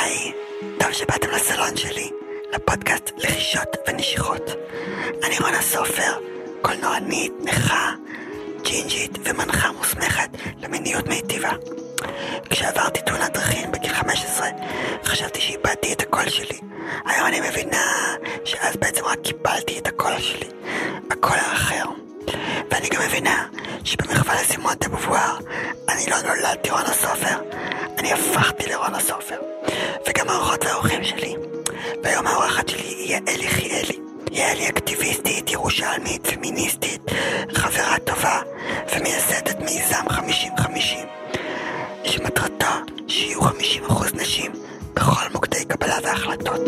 היי, טוב שבאתם לסלון שלי, לפודקאסט לחישות ונשיכות. אני רונה סופר, קולנוענית, נכה, ג'ינג'ית ומנחה מוסמכת למיניות מיטיבה. כשעברתי תאונת דרכים בגיל 15, חשבתי שאיבדתי את הקול שלי. היום אני מבינה שאז בעצם רק קיבלתי את הקול שלי, הקול האחר. ואני גם מבינה שבמחווה לסימון דה בובואר, אני לא נולדתי רונה סופר, אני הפכתי לרונה סופר. וגם האורחות והאורחים שלי. והיום האורחת שלי היא יעלי חיאלי. יעלי אקטיביסטית, ירושלמית, פמיניסטית, חברה טובה ומייסדת מיזם 50-50, שמטרתו שיהיו 50% נשים בכל מוקדי קבלה והחלטות.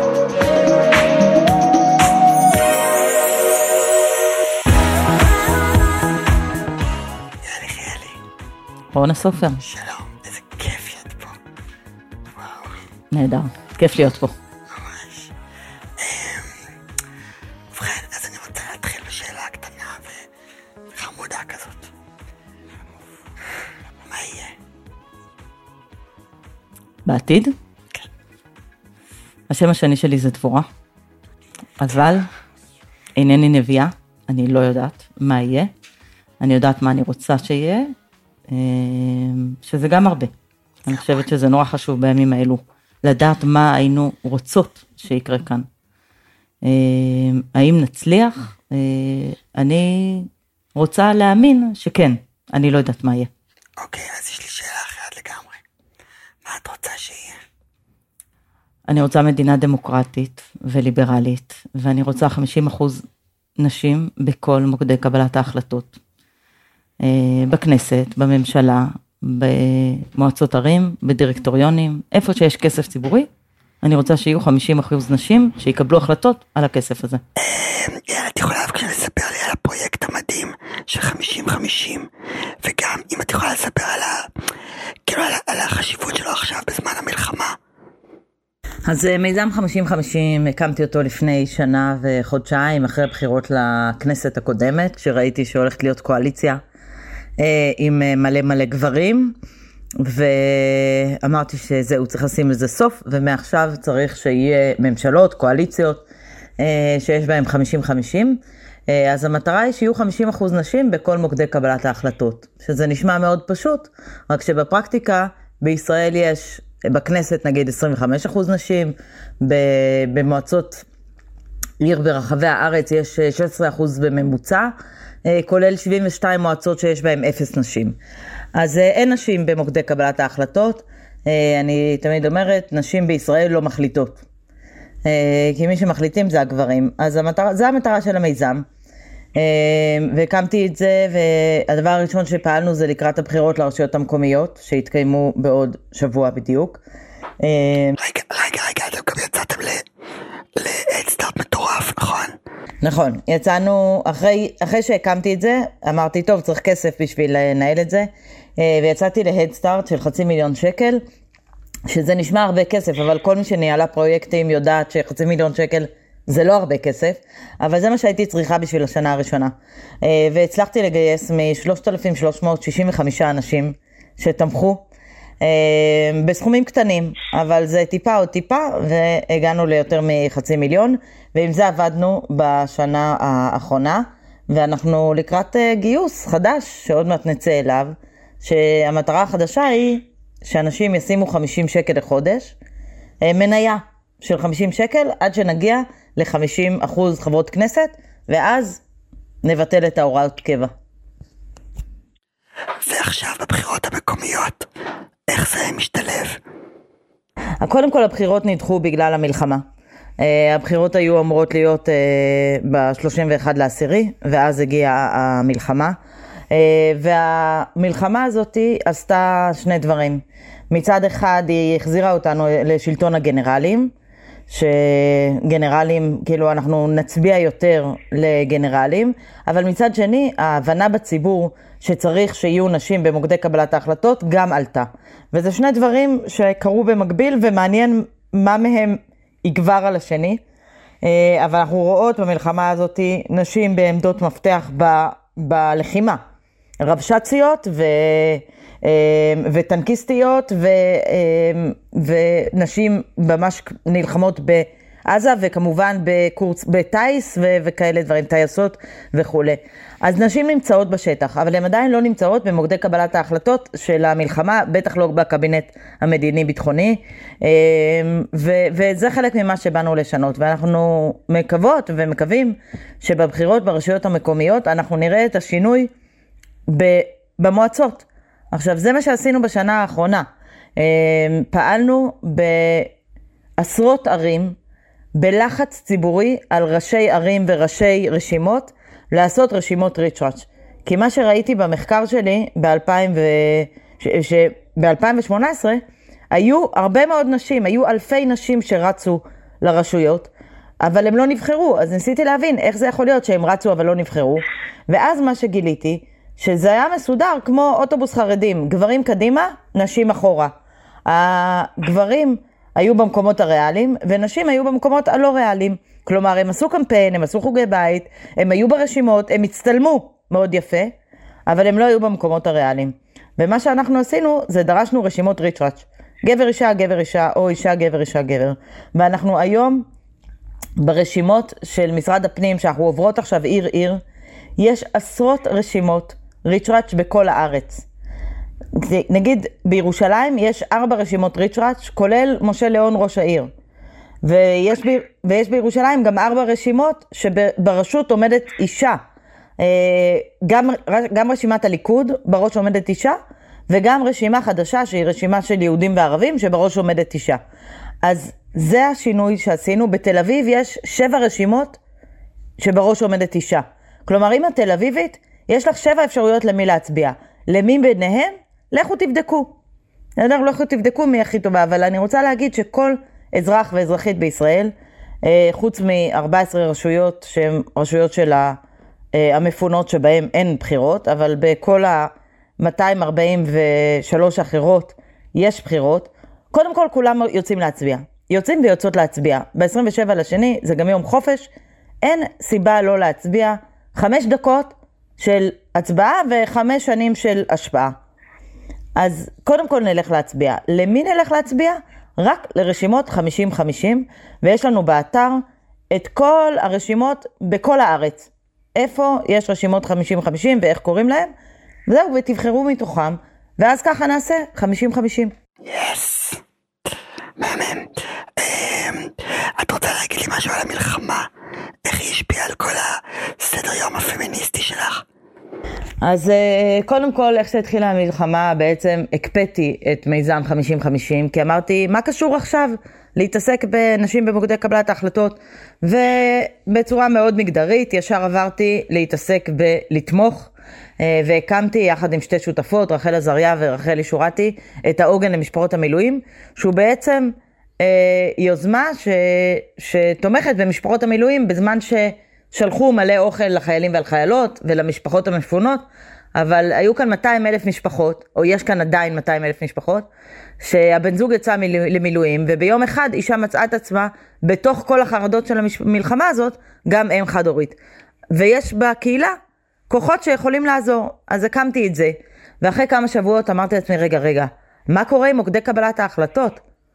יעלי חיאלי. רונה סופר. שלום, איזה כיף שאת פה. וואו. נהדר, כיף להיות פה. ממש. ובכן, אז אני רוצה להתחיל בשאלה קטנה וחמודה כזאת. מה יהיה? בעתיד? כן. השם השני שלי זה דבורה, אבל אינני נביאה, אני לא יודעת מה יהיה, אני יודעת מה אני רוצה שיהיה, שזה גם הרבה. אני חושבת שזה נורא חשוב בימים האלו, לדעת מה היינו רוצות שיקרה כאן. האם נצליח? אני רוצה להאמין שכן, אני לא יודעת מה יהיה. אוקיי, אז יש לי שאלה אחרת לגמרי. מה את רוצה שיהיה? אני רוצה מדינה דמוקרטית וליברלית, ואני רוצה 50% נשים בכל מוקדי קבלת ההחלטות. בכנסת, בממשלה, במועצות ערים, בדירקטוריונים, איפה שיש כסף ציבורי, אני רוצה שיהיו 50% נשים שיקבלו החלטות על הכסף הזה. יאללה, את יכולה בבקשה לספר לי על הפרויקט המדהים של 50-50, וגם אם את יכולה לספר על החשיבות שלו עכשיו בזמן המלחמה. אז מיזם 50-50, הקמתי אותו לפני שנה וחודשיים, אחרי הבחירות לכנסת הקודמת, כשראיתי שהולכת להיות קואליציה עם מלא גברים, ואמרתי שזהו, צריך לשים לזה סוף, ומעכשיו צריך שיהיה ממשלות, קואליציות, שיש בהם 50-50, אז המטרה היא שיהיו 50% נשים בכל מוקדי קבלת ההחלטות, שזה נשמע מאוד פשוט, רק שבפרקטיקה בישראל יש, בכנסת נגיד 25% נשים, במועצות עיר ברחבי הארץ יש 16% בממוצע, כולל 72 מועצות שיש בהן 0 נשים. אז אין נשים במוקדי קבלת ההחלטות, אני תמיד אומרת, נשים בישראל לא מחליטות. כי מי שמחליטים זה הגברים. אז זה המטרה של המיזם. והקמתי את זה, והדבר הראשון שפעלנו זה לקראת הבחירות לרשויות המקומיות, שהתקיימו בעוד שבוע בדיוק. רגע, אתם גם יצאתם להדסטארט מטורף, נכון? נכון, יצאנו, אחרי שהקמתי את זה, אמרתי, טוב, צריך כסף בשביל לנהל את זה, ויצאתי להדסטארט של 500,000 שקל, שזה נשמע הרבה כסף, אבל כל מי שניהלה פרויקטים יודעת ש500,000 שקל זה לא הרבה כסף, אבל זה מה שהייתי צריכה בשביל השנה הראשונה. והצלחתי לגייס מ-3,365 אנשים שתמכו, בסכומים קטנים, אבל זה טיפה עוד טיפה, והגענו ליותר מ500,000, ועם זה עבדנו בשנה האחרונה, ואנחנו לקראת גיוס חדש, שעוד מעט נצא אליו, שהמטרה החדשה היא שאנשים ישימו 50 שקל לחודש, מניה של 50 שקל, עד שנגיע ל50% חברות כנסת, ואז נבטל את ההוראות קבע. ועכשיו בבחירות המקומיות, איך זה משתלב? קודם כל הבחירות נדחו בגלל המלחמה. הבחירות היו אמורות להיות ב-31/10, ואז הגיעה המלחמה. והמלחמה הזאת עשתה שני דברים. מצד אחד היא החזירה אותנו לשלטון הגנרלים, שגנרלים, כאילו אנחנו נצביע יותר לגנרלים, אבל מצד שני ההבנה בציבור שצריך שיהיו נשים במוקדי קבלת ההחלטות גם עלתה. וזה שני דברים שקרו במקביל, ומעניין מה מהם יגבר על השני. אבל אנחנו רואות במלחמה הזאת נשים בעמדות מפתח בלחימה, רבש"ציות וטנקיסטיות, ונשים ממש נלחמות בעזה, וכמובן בקורס, בטייס וכאלה דברים, טייסות וכו'. אז נשים נמצאות בשטח, אבל הן עדיין לא נמצאות במוקדי קבלת ההחלטות של המלחמה, בטח לא בקבינט המדיני-ביטחוני, וזה חלק ממה שבאנו לשנות, ואנחנו מקוות ומקווים שבבחירות ברשויות המקומיות אנחנו נראה את השינוי במועצות. עכשיו, זה מה שעשינו בשנה האחרונה. פעלנו בעשרות ערים, בלחץ ציבורי על ראשי ערים וראשי רשימות, לעשות רשימות ריצ'ראץ'. כי מה שראיתי במחקר שלי ב-2018, היו הרבה מאוד נשים, היו אלפי נשים שרצו לרשויות, אבל הם לא נבחרו. אז ניסיתי להבין איך זה יכול להיות שהם רצו אבל לא נבחרו. ואז מה שגיליתי, שזה היה מסודר כמו אוטובוס חרדים, גברים קדימה, נשים אחורה. הגברים היו במקומות הריאליים, ונשים היו במקומות הלא ריאליים. כלומר, הם עשו קמפיין, הם עשו חוגי בית, הם היו ברשימות, הם הצטלמו מאוד יפה, אבל הם לא היו במקומות הריאליים. ומה שאנחנו עשינו, זה דרשנו רשימות ריצ'ראץ'. גבר אישה, גבר אישה, או אישה, גבר אישה, גבר. ואנחנו היום, ברשימות של משרד הפנים, שאנחנו עוברות עכשיו עיר עיר, יש עשרות רשימות ריצ'ראץ' בכל הארץ. נגיד, בירושלים יש 4 רשימות ריצ'ראץ', כולל משה ליאון ראש העיר. ויש בירושלים גם 4 רשימות שברשות עומדת אישה. גם רשימת הליכוד בראש עומדת אישה, וגם רשימה חדשה שהיא רשימה של יהודים וערבים שבראש עומדת אישה. אז זה השינוי שעשינו. בתל אביב יש 7 רשימות שבראש עומדת אישה. כלומר, אם את תל אביבית, יש לך 7 אפשרויות למי להצביע. למי ביניהם? לכו תבדקו. לכו תבדקו מי הכי טובה, אבל אני רוצה להגיד שכל אזרח ואזרחית בישראל, חוץ מ-14 רשויות שהן רשויות של המפונות שבהן אין בחירות, אבל בכל ה-243 אחרות יש בחירות, קודם כל כולם יוצאים להצביע. יוצאים ויוצאות להצביע. ב-27 לשני זה גם יום חופש, אין סיבה לא להצביע. 5 דקות של הצבעה ו5 שנים של השפעה. אז קודם כל נלך להצביע. למי נלך להצביע? רק לרשימות 50-50, ויש לנו באתר את כל הרשימות בכל הארץ. איפה יש רשימות 50-50 ואיך קוראים להם, וזהו, ותבחרו מתוכם, ואז ככה נעשה 50-50. יס, מהמם. את רוצה להגיד לי משהו על המלחמה? איך היא השפיעה על כל הסדר יום הפמיניסטי שלך? אז קודם כל, איך שהתחילה המלחמה, בעצם הקפאתי את מיזם 50-50, כי אמרתי, מה קשור עכשיו להתעסק בנשים במוקדי קבלת ההחלטות? ובצורה מאוד מגדרית, ישר עברתי להתעסק בלתמוך, והקמתי יחד עם 2 שותפות, רחל עזריה ורחל אישורתי, את העוגן למשפחות המילואים, שהוא בעצם יוזמה שתומכת במשפחות המילואים בזמן ששלחו מלא אוכל לחיילים ולחיילות ולמשפחות המפונות, אבל היו כאן 200,000 משפחות, או יש כאן עדיין 200,000 משפחות, שהבן זוג יצא למילואים, וביום אחד אישה מצאה את עצמה בתוך כל החרדות של המלחמה הזאת, גם אם חד הורית. ויש בקהילה כוחות שיכולים לעזור, אז הקמתי את זה, ואחרי כמה שבועות אמרתי לעצמי, רגע, מה קורה עם מוקדי קבלת ההחלטות?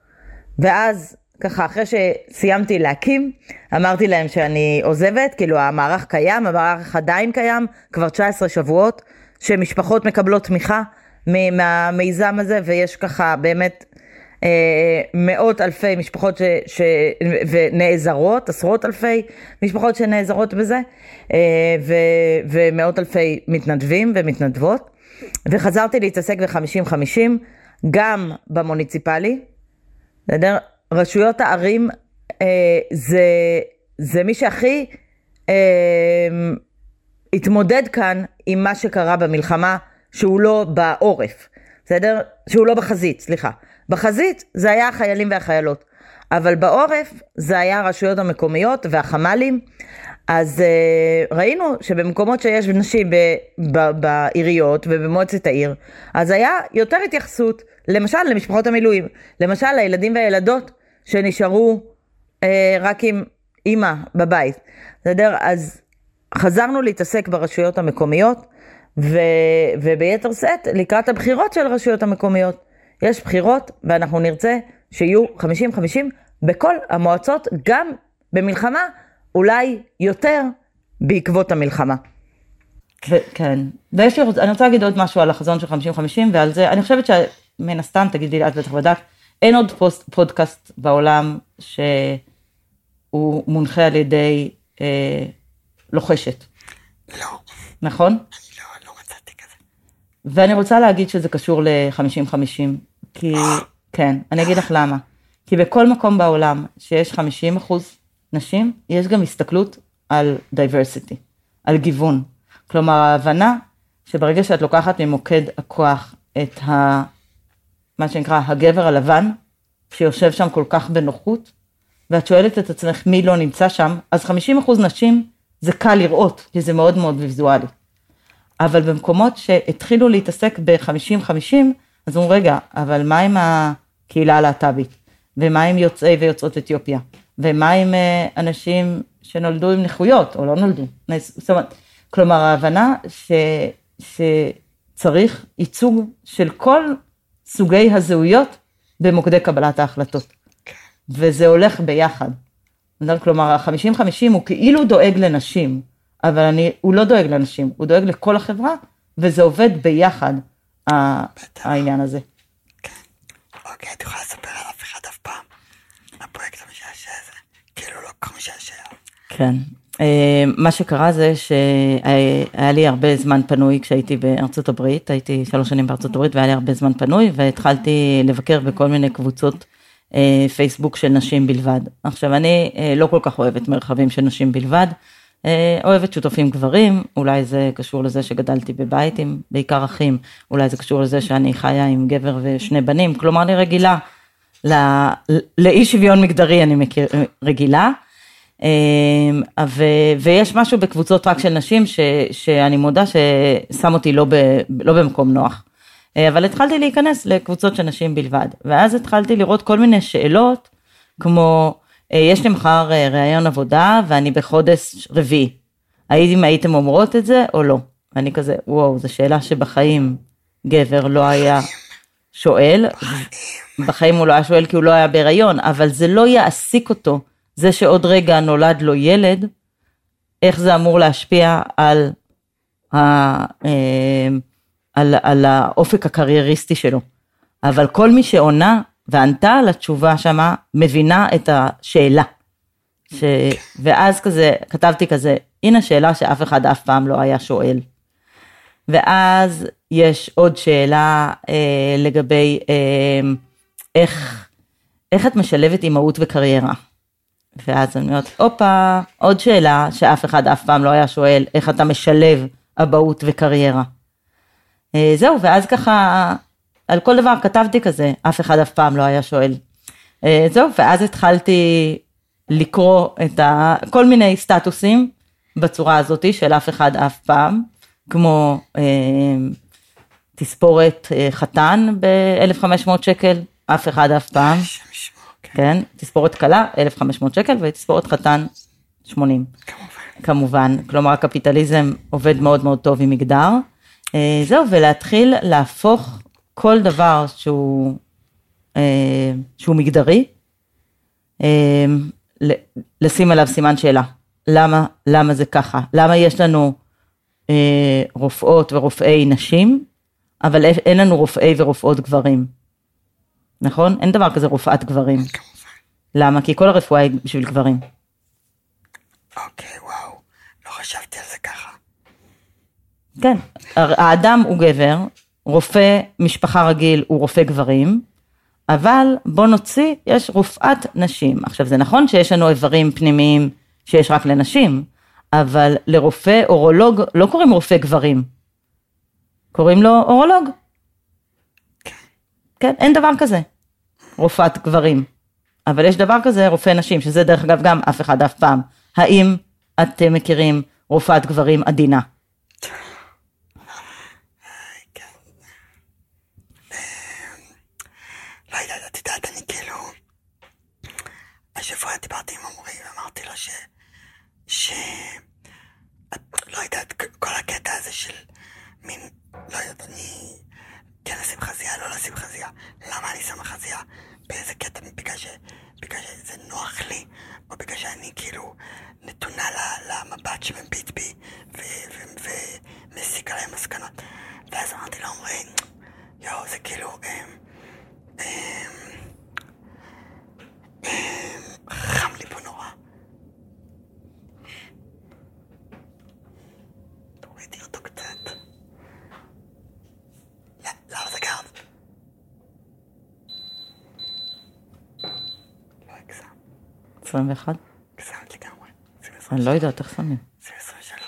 ואז ככה, אחרי שסיימתי להקים, אמרתי להם שאני עוזבת, כאילו המערך קיים, המערך עדיין קיים, כבר 19 שבועות, שמשפחות מקבלות תמיכה מהמיזם הזה, ויש ככה באמת מאות אלפי משפחות ונעזרות, עשרות אלפי משפחות שנעזרות בזה, ומאות אלפי מתנדבים ומתנדבות, וחזרתי להתעסק ב-50-50, גם במוניציפלי, רשויות הערים זה מי שהכי התמודד כאן עם מה שקרה במלחמה, שהוא לא בעורף, בסדר? שהוא לא בחזית, סליחה. בחזית זה היה החיילים והחיילות, אבל בעורף זה היה הרשויות המקומיות והחמלים. אז ראינו שבמקומות שיש נשים בעיריות ובמועצת העיר, אז היה יותר התייחסות, למשל למשפחות המילואים, למשל לילדים והילדות שנשארו רק עם אמא בבית. בסדר? אז חזרנו להתעסק ברשויות המקומיות, וביתר סט לקראת הבחירות של הרשויות המקומיות. יש בחירות ואנחנו נרצה שיהיו 50-50 בכל המועצות, גם במלחמה, אולי יותר בעקבות המלחמה. כן, אני רוצה להגיד עוד משהו על החזון של 50-50, ועל זה, אני חושבת שמן הסתם, תגידי לי, את בטח בדק, אין עוד פודקאסט בעולם שהוא מונחה על ידי לוחשת. לא. נכון? לא מצאתי כזה. ואני רוצה להגיד שזה קשור ל-50-50, כי, כן, אני אגיד לך למה. כי בכל מקום בעולם שיש 50% נשים, יש גם הסתכלות על diversity, על גיוון. כלומר, ההבנה שברגע שאת לוקחת ממוקד הכוח את מה שנקרא הגבר הלבן, שיושב שם כל כך בנוחות, ואת שואלת את עצמך מי לא נמצא שם, אז 50% נשים זה קל לראות, כי זה מאוד מאוד ויזואלי. אבל במקומות שהתחילו להתעסק ב-50-50, אז אומרים, רגע, אבל מה עם הקהילה הלהט"בית? ומה עם יוצאי ויוצאות אתיופיה? ומה עם אנשים שנולדו עם נכויות, או לא נולדו? זאת אומרת, כלומר, ההבנה שצריך ייצוג של כל סוגי הזהויות במוקדי קבלת ההחלטות. וזה הולך ביחד. כלומר, ה-50-50 הוא כאילו דואג לנשים, אבל הוא לא דואג לנשים, הוא דואג לכל החברה, וזה עובד ביחד, העניין הזה. כן. אוקיי, את יכולה לספר על אף אחד אף פעם, הפרויקט המשעשע הזה, כאילו לא כל משעשע. כן. מה שקרה זה שהיה לי הרבה זמן פנוי כשהייתי בארצות הברית, הייתי 3 שנים בארצות הברית והיה לי הרבה זמן פנוי, והתחלתי לבקר בכל מיני קבוצות פייסבוק של נשים בלבד. עכשיו אני לא כל כך אוהבת מרחבים של נשים בלבד, אוהבת שותפים גברים, אולי זה קשור לזה שגדלתי בבית עם בעיקר אחים, אולי זה קשור לזה שאני חיה עם גבר ו2 בנים, כלומר אני רגילה, לאי שוויון מגדרי אני רגילה, ויש משהו בקבוצות רק של נשים שאני מודה ששם אותי לא במקום נוח, אבל התחלתי להיכנס לקבוצות של נשים בלבד, ואז התחלתי לראות כל מיני שאלות, כמו יש לי מחר ראיון עבודה ואני בחודש רביעי, האם הייתם אומרות את זה או לא? ואני כזה, וואו, זו שאלה שבחיים גבר לא היה שואל, בחיים הוא לא היה שואל כי הוא לא היה בהיריון, אבל זה לא יעסיק אותו, זה שעוד רגע נולד לו ילד, איך זה אמור להשפיע על האופק הקרייריסטי שלו. אבל כל מי שעונה וענתה על התשובה שמה, מבינה את השאלה. ואז כזה, כתבתי כזה, הנה שאלה שאף אחד אף פעם לא היה שואל. ואז יש עוד שאלה לגבי איך את משלבת אימהות וקריירה. ואז אני אומרת, אופה, עוד שאלה שאף אחד אף פעם לא היה שואל, איך אתה משלב אבהות וקריירה. זהו, ואז ככה, על כל דבר כתבתי כזה, אף אחד אף פעם לא היה שואל. זהו, ואז התחלתי לקרוא את כל מיני סטטוסים בצורה הזאת של אף אחד אף פעם, כמו תספורת חתן ב-1,500 שקל, אף אחד אף פעם. כן, תספורת קלה, 1,500 שקל, ותספורת חתן 80. כמובן, כלומר הקפיטליזם עובד מאוד מאוד טוב עם מגדר. זהו, ולהתחיל להפוך כל דבר שהוא מגדרי, לשים עליו סימן שאלה. למה זה ככה? למה יש לנו רופאות ורופאי נשים, אבל אין לנו רופאי ורופאות גברים? נכון? אין דבר כזה רופאת גברים. למה? כי כל הרפואה היא בשביל גברים. אוקיי, וואו. לא חשבתי על זה ככה. כן. האדם הוא גבר, רופא משפחה רגיל הוא רופא גברים, אבל בוא נוציא, יש רופאת נשים. עכשיו זה נכון שיש לנו איברים פנימיים שיש רק לנשים, אבל לרופא אורולוג לא קוראים רופא גברים. קוראים לו אורולוג. כן, אין דבר כזה, רופאת גברים, אבל יש דבר כזה רופא נשים, שזה דרך אגב גם אף אחד אף פעם. האם אתם מכירים רופאת גברים עדינה? לא יודעת, את יודעת, אני כאילו, השבוע דיברתי עם עמרי ואמרתי לו לא יודעת, כל הקטע הזה של מין, לא יודעת, אני כן לשים חזייה, לא לשים חזייה. למה אני שמה חזייה? באיזה קטע? בגלל שזה נוח לי, או בגלל שאני כאילו נתונה למבט שמביט בי ומסיק עליהם מסקנות. ואז אמרתי לו, אומרי, יואו, זה כאילו חם לי פה נורא. תורידי אותו קצת. למה זה גרד? לא הגזם. 21? גזמת לגמרי. אני לא יודעת, איך שמים? זה 23.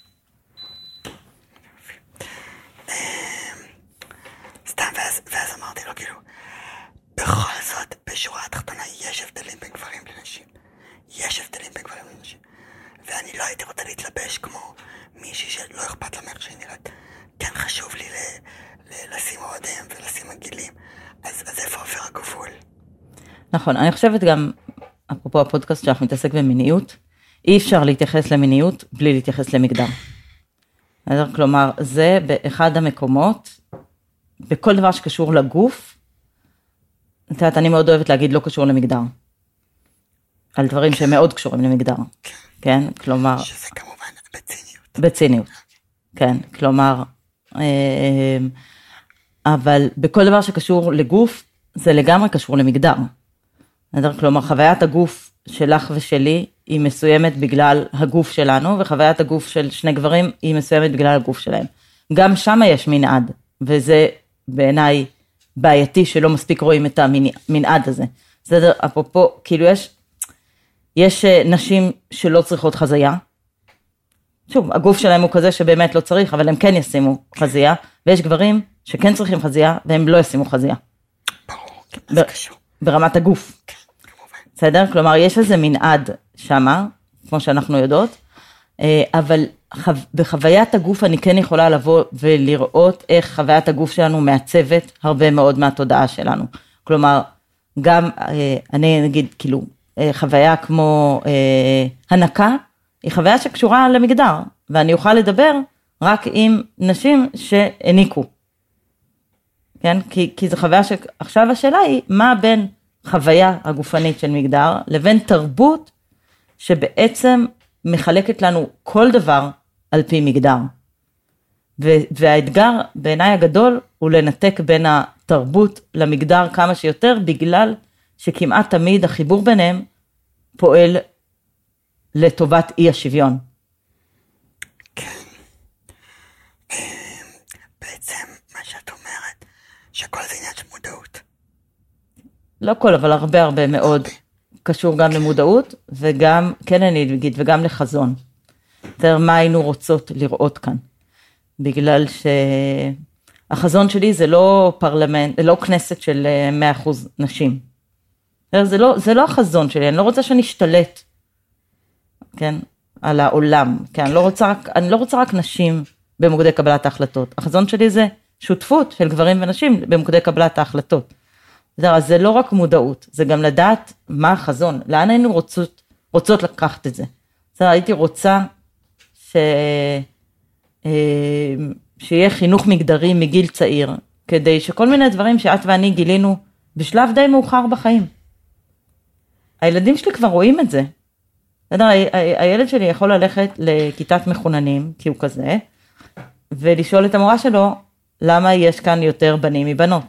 סתם, ואז אמרתי לו, כאילו, בכל זאת, בשורה התחתונה, יש הבדלים בין גברים לנשים. יש הבדלים בין גברים לנשים. ואני לא הייתי רוצה להתלבש כמו מישהי שלא אכפת לה מאיך שהיא נראית. כן חשוב לי לשים אוהדים ולשים עגילים. אז איפה עובר הגבול? נכון, אני חושבת גם, אפרופו הפודקאסט שאנחנו מתעסק במיניות, אי אפשר להתייחס למיניות בלי להתייחס למגדר. כלומר, זה באחד המקומות, בכל דבר שקשור לגוף, את יודעת, אני מאוד אוהבת להגיד לא קשור למגדר. על דברים שמאוד קשורים למגדר. כן, כלומר... שזה כמובן בציניות. בציניות, כן, כלומר, אבל בכל דבר שקשור לגוף, זה לגמרי קשור למגדר. כלומר, חוויית הגוף שלך ושלי היא מסוימת בגלל הגוף שלנו, וחוויית הגוף של שני גברים היא מסוימת בגלל הגוף שלהם. גם שם יש מנעד, וזה בעיניי בעייתי שלא מספיק רואים את המנעד הזה. בסדר, אפרופו, כאילו יש נשים שלא צריכות חזייה, שוב, הגוף שלהם הוא כזה שבאמת לא צריך, אבל הם כן ישימו חזייה, ויש גברים שכן צריכים חזייה, והם לא ישימו חזייה. ברור, זה קשור. ברמת הגוף. כן, כמובן. בסדר? כלומר, יש איזה מנעד שמה, כמו שאנחנו יודעות, אבל בחוויית הגוף אני כן יכולה לבוא ולראות איך חוויית הגוף שלנו מעצבת הרבה מאוד מהתודעה שלנו. כלומר, גם, אני נגיד, כאילו, חוויה כמו הנקה, היא חוויה שקשורה למגדר, ואני אוכל לדבר רק עם נשים שהניקו. כן? כי זו חוויה שעכשיו השאלה היא, מה בין חוויה הגופנית של מגדר, לבין תרבות שבעצם מחלקת לנו כל דבר על פי מגדר. והאתגר בעיניי הגדול הוא לנתק בין התרבות למגדר כמה שיותר, בגלל שכמעט תמיד החיבור ביניהם פועל לטובת אי השוויון. כן. בעצם מה שאת אומרת, שכל זה עניין של מודעות. לא כל, אבל הרבה מאוד קשור גם למודעות, וגם, כן אני אגיד, וגם לחזון. יותר מה היינו רוצות לראות כאן. בגלל שהחזון שלי זה לא פרלמנט, לא כנסת של 100% נשים. זה לא החזון שלי, אני לא רוצה שנשתלט, כן, על העולם, כן, אני לא רוצה רק נשים במוקדי קבלת ההחלטות. החזון שלי זה שותפות של גברים ונשים במוקדי קבלת ההחלטות. אז זה לא רק מודעות, זה גם לדעת מה החזון, לאן היינו רוצות לקחת את זה. הייתי רוצה שיהיה חינוך מגדרי מגיל צעיר, כדי שכל מיני דברים שאת ואני גילינו בשלב די מאוחר בחיים. הילדים שלי כבר רואים את זה. הילד שלי יכול ללכת לכיתת מחוננים, כי הוא כזה, ולשאול את המורה שלו, למה יש כאן יותר בנים מבנות?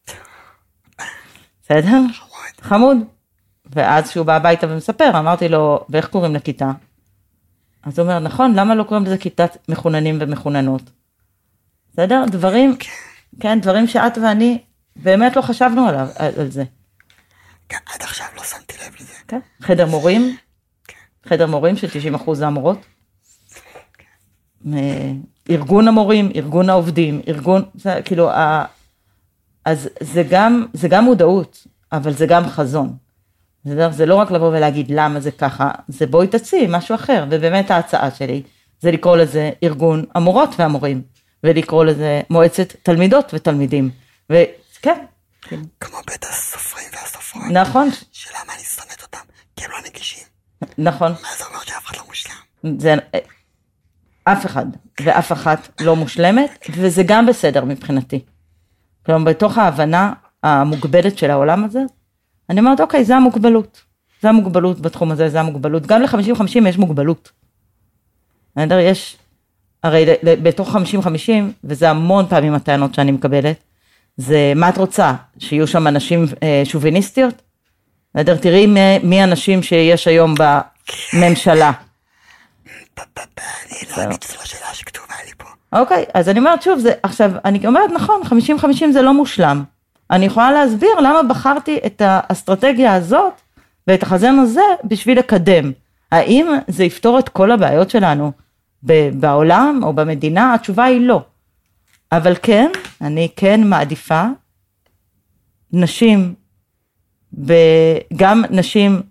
בסדר? חמוד. ואז שהוא בא הביתה ומספר, אמרתי לו, ואיך קוראים לכיתה? אז הוא אומר, נכון, למה לא קוראים לזה כיתת מחוננים ומחוננות? בסדר? דברים, כן, דברים שאת ואני באמת לא חשבנו על זה. כן, עד עכשיו לא שמתי לב לזה. כן, חדר מורים, חדר מורים של 90% זה המורות. ארגון המורים, ארגון העובדים, כאילו, אז זה גם מודעות, אבל זה גם חזון. זה לא רק לבוא ולהגיד למה זה ככה, זה בואי תציעי משהו אחר, ובאמת ההצעה שלי זה לקרוא לזה ארגון המורות והמורים, ולקרוא לזה מועצת תלמידות ותלמידים, וכן. כמו בית הסופרים והסופרות. נכון. שלמה אני שונאת אותם, כי הם לא נגישים. נכון. מה זה אומר שאף אחד לא מושלם? אף אחד ואף אחת לא מושלמת, וזה גם בסדר מבחינתי. כלומר, בתוך ההבנה המוגבלת של העולם הזה, אני אומרת, אוקיי, זה המוגבלות. זה המוגבלות בתחום הזה, זה המוגבלות. גם ל-50-50 יש מוגבלות. יש, הרי בתוך 50-50, וזה המון פעמים הטענות שאני מקבלת, זה מה את רוצה? שיהיו שם אנשים שוביניסטיות? תראי מי האנשים שיש היום בממשלה. אני לא אגיד שזו השאלה שכתובה לי פה. אוקיי, אז אני אומרת שוב, עכשיו, אני אומרת נכון, 50-50 זה לא מושלם. אני יכולה להסביר למה בחרתי את האסטרטגיה הזאת, ואת החזון הזה בשביל לקדם. האם זה יפתור את כל הבעיות שלנו בעולם או במדינה? התשובה היא לא. אבל כן, אני כן מעדיפה נשים, גם נשים,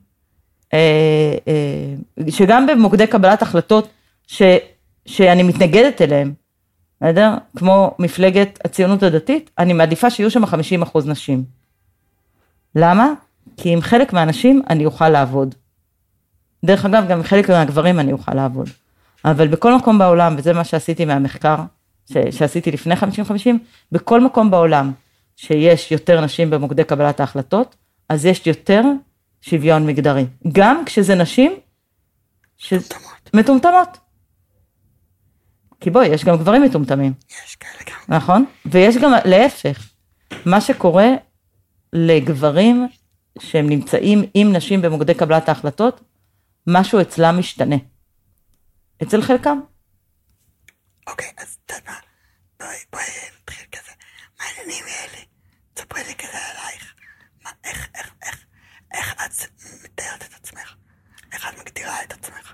שגם במוקדי קבלת החלטות שאני מתנגדת אליהם, כמו מפלגת הציונות הדתית, אני מעדיפה שיהיו שם 50% נשים. למה? כי עם חלק מהאנשים אני אוכל לעבוד. דרך אגב, גם עם חלק מהגברים אני אוכל לעבוד. אבל בכל מקום בעולם, וזה מה שעשיתי מהמחקר, שעשיתי לפני 50-50, בכל מקום בעולם שיש יותר נשים במוקדי קבלת ההחלטות, אז יש יותר שוויון מגדרי. גם כשזה נשים מטומטמות. כי בואי, יש גם גברים מטומטמים. יש כאלה גם. נכון? ויש גם להפך. מה שקורה לגברים שהם נמצאים עם נשים במוקדי קבלת ההחלטות, משהו אצלם משתנה. אצל חלקם. אוקיי, אז תדע, בואי נתחיל כזה. מה העניינים האלה? תספרי לי כזה עלייך. איך את מתארת את עצמך? איך את מגדירה את עצמך?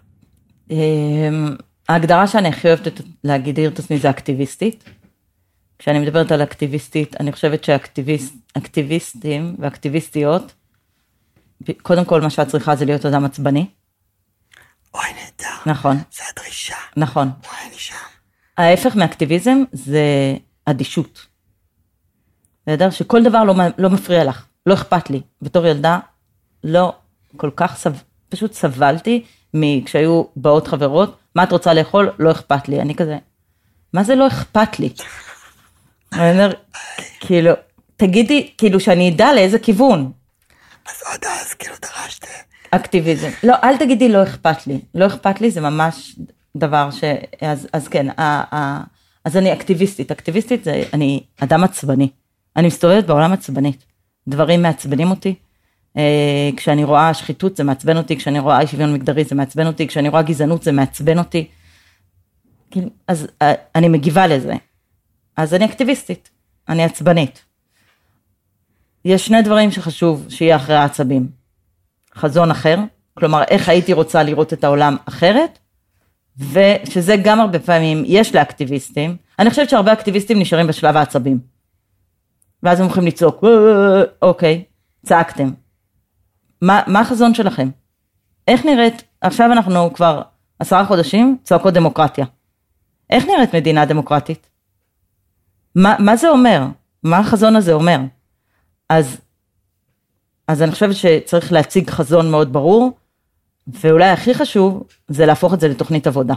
ההגדרה שאני הכי אוהבת להגדיר את עצמי זה אקטיביסטית. כשאני מדברת על אקטיביסטית, אני חושבת שאקטיביסטים ואקטיביסטיות, קודם כל מה שאת צריכה זה להיות אדם עצבני. אוי נהדר. נכון. זה הדרישה. נכון. וואי אני שם. ההפך מאקטיביזם זה אדישות. זה יודע שכל דבר לא מפריע לך, לא אכפת לי. בתור ילדה לא כל כך פשוט סבלתי כשהיו באות חברות, מה את רוצה לאכול? לא אכפת לי. אני כזה, מה זה לא אכפת לי? אני אומר, כאילו, תגידי, כאילו שאני אדע לאיזה כיוון. אז עוד אז, כאילו דרשת. אקטיביזם. לא, אל תגידי לא אכפת לי. לא אכפת לי זה ממש דבר אז כן, אז אני אקטיביסטית. אקטיביסטית זה, אני אדם עצבני. אני מסתובבת בעולם עצבנית. דברים מעצבנים אותי. כשאני רואה שחיתות זה מעצבן אותי, כשאני רואה אי שוויון מגדרי זה מעצבן אותי, כשאני רואה גזענות זה מעצבן אותי. אז אני מגיבה לזה. אז אני אקטיביסטית, אני עצבנית. יש שני דברים שחשוב שיהיה אחרי העצבים. חזון אחר, כלומר איך הייתי רוצה לראות את העולם אחרת, ושזה גם הרבה פעמים יש לאקטיביסטים. אני חושבת שהרבה אקטיביסטים נשארים בשלב העצבים. ואז הם הולכים לצעוק, אוקיי, צעקתם. מה החזון שלכם? איך נראית, עכשיו אנחנו כבר 10 חודשים צועקות דמוקרטיה. איך נראית מדינה דמוקרטית? מה זה אומר? מה החזון הזה אומר? אז אני חושבת שצריך להציג חזון מאוד ברור, ואולי הכי חשוב זה להפוך את זה לתוכנית עבודה.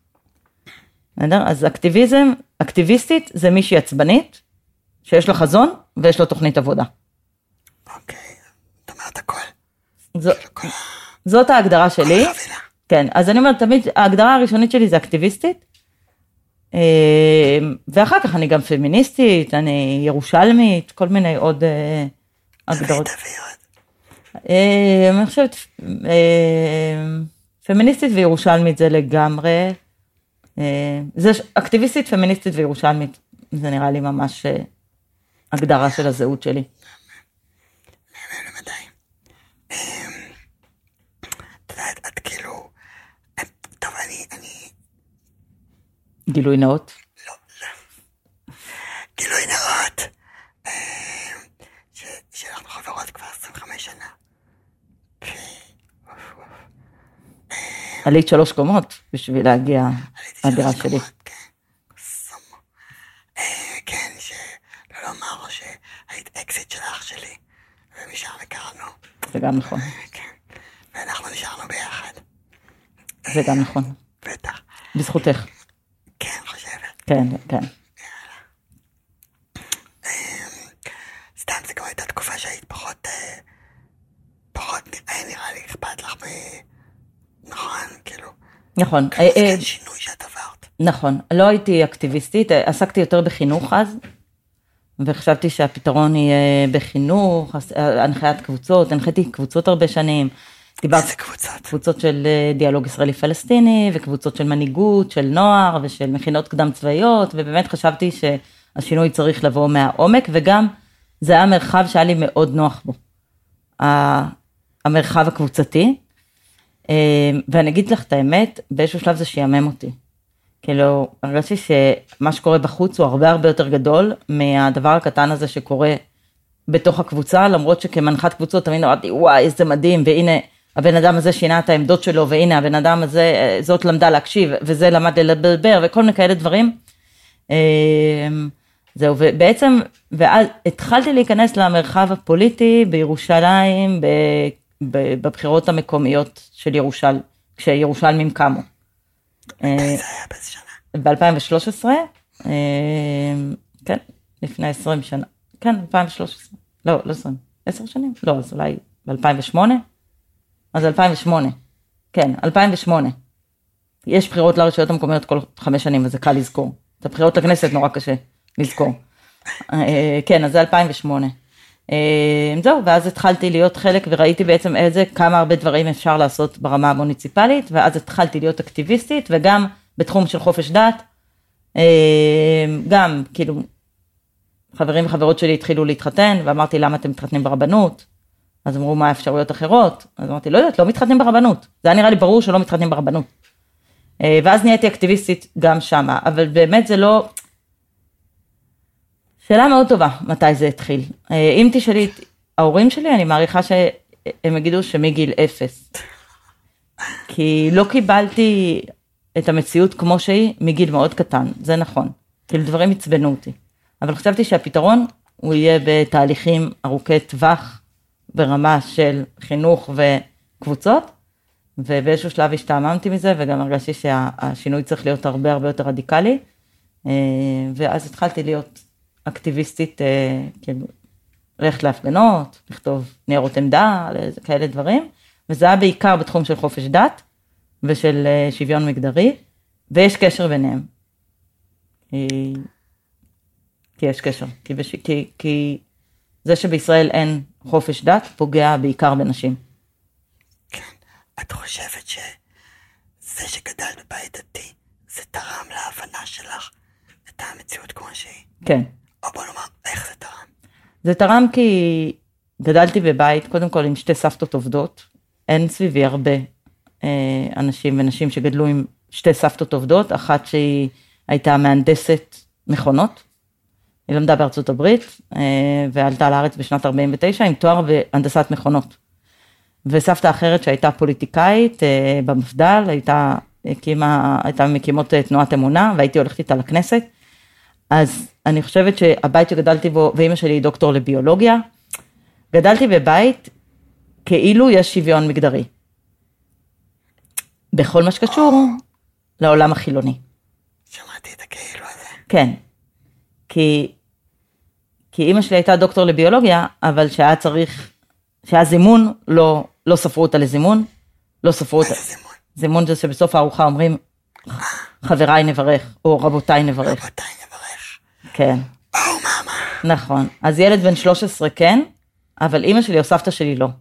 אז אקטיביסטית זה מישהי עצבנית, שיש לה חזון ויש לה תוכנית עבודה. אוקיי, את אומרת הכל. זאת ההגדרה שלי. כן, אז אני אומרת, תמיד ההגדרה הראשונית שלי זה אקטיביסטית, ואחר כך אני גם פמיניסטית, אני ירושלמית, כל מיני עוד הגדרות. אני חושבת, פמיניסטית וירושלמית זה לגמרי, זה אקטיביסטית, פמיניסטית וירושלמית, זה נראה לי ממש הגדרה של הזהות שלי. את כאילו, טוב, אני... גילוי נאות? לא. גילוי נאות. שאנחנו חברות כבר 25 שנה. עלית 3 קומות בשביל להגיע לדירה שלי. כן, שלא לומר שהיית אקזיט של אח שלי, ומשם הכרנו. זה גם נכון. כן, ואנחנו נשארנו ביחד. זה גם נכון. בטח. בזכותך. כן, כן. סתם, זה גם הייתה תקופה שהיית פחות, נראה לי אכפת לך נכון, כאילו. נכון. זה כן שינוי שאת עברת. נכון, לא הייתי אקטיביסטית, עסקתי יותר בחינוך אז, וחשבתי שהפתרון יהיה בחינוך, הנחיית קבוצות, הנחיתי קבוצות הרבה שנים. איזה קבוצות? קבוצות של דיאלוג ישראלי-פלסטיני, וקבוצות של מנהיגות, של נוער, ושל מכינות קדם צבאיות, ובאמת חשבתי שהשינוי צריך לבוא מהעומק, וגם זה היה מרחב שהיה לי מאוד נוח בו. המרחב הקבוצתי, ואני אגיד לך את האמת, באיזשהו שלב זה שיאמם אותי. כאילו, הרגשתי שמה שקורה בחוץ הוא הרבה הרבה יותר גדול מהדבר הקטן הזה שקורה בתוך הקבוצה, למרות שכמנחת קבוצות תמיד אמרתי, וואי, איזה מדהים, והנה הבן אדם הזה שינה את העמדות שלו, והנה הבן אדם הזה, זאת למדה להקשיב, וזה למד לדבר, וכל מיני כאלה דברים. זהו, ובעצם, ואז התחלתי להיכנס למרחב הפוליטי בירושלים, בבחירות המקומיות של ירושלים, כשירושלמים קמו. זה היה באיזה שנה? ב-2013, כן, לפני 20 שנה, כן, 2013, לא 20, 10 שנים, לא, אז אולי ב-2008, אז 2008, כן, 2008, יש בחירות לרשויות המקומיות כל 5 שנים, וזה קל לזכור, את הבחירות לכנסת נורא קשה לזכור, כן, אז זה 2008, זהו, ואז התחלתי להיות חלק, וראיתי בעצם כמה הרבה דברים אפשר לעשות ברמה המוניציפלית, ואז התחלתי להיות אקטיביסטית, וגם בתחום של חופש דת, גם כאילו, חברים וחברות שלי התחילו להתחתן, ואמרתי למה אתם מתחתנים ברבנות, אז אמרו מה האפשרויות אחרות, אז אמרתי לא יודעת, לא מתחתנים ברבנות, זה היה נראה לי ברור שלא מתחתנים ברבנות, ואז נהייתי אקטיביסטית גם שמה, אבל באמת זה לא, שאלה מאוד טובה מתי זה התחיל, אם תשאלי את ההורים שלי, אני מעריכה שהם יגידו שמגיל 0, כי לא קיבלתי את המציאות כמו שהיא מגיל מאוד קטן, זה נכון, כאילו דברים הצבנו אותי, אבל חשבתי שהפתרון הוא יהיה בתהליכים ארוכי טווח, ברמה של חינוך וקבוצות, ובאיזשהו שלב השתעממתי מזה, וגם הרגשתי שהשינוי צריך להיות הרבה הרבה יותר רדיקלי, ואז התחלתי להיות אקטיביסטית, כאילו, ללכת להפגנות, לכתוב ניירות עמדה, כאלה דברים, וזה היה בעיקר בתחום של חופש דת, ושל שוויון מגדרי, ויש קשר ביניהם. כי יש קשר, כי זה שבישראל אין חופש דת, פוגע בעיקר בנשים. כן, את חושבת שזה שגדלת בבית דתי, זה תרם להבנה שלך את המציאות כמו שהיא? כן. או בוא נאמר, איך זה תרם? זה תרם כי גדלתי בבית, קודם כל עם 2 סבתות עובדות, אין סביבי הרבה אנשים ונשים שגדלו עם 2 סבתות עובדות, אחת שהיא הייתה מהנדסת מכונות, היא למדה בארצות הברית, ועלתה לארץ בשנת 49 עם תואר בהנדסת מכונות. וסבתא אחרת שהייתה פוליטיקאית במפד"ל, הייתה מקימות תנועת אמונה, והייתי הולכת איתה לכנסת. אז אני חושבת שהבית שגדלתי בו, ואמא שלי היא דוקטור לביולוגיה, גדלתי בבית כאילו יש שוויון מגדרי. בכל מה שקשור לעולם החילוני. שמעתי את הכאילו הזה. כן. כי אמא שלי הייתה דוקטור לביולוגיה, אבל שהיה זימון, לא ספרו אותה לזימון, לא ספרו אותה. איזה זימון? זימון זה שבסוף הארוחה אומרים, חבריי נברך, או רבותיי נברך. רבותיי נברך. כן. או מאמה. נכון. אז ילד בן 13 כן, אבל אמא שלי או סבתא שלי לא.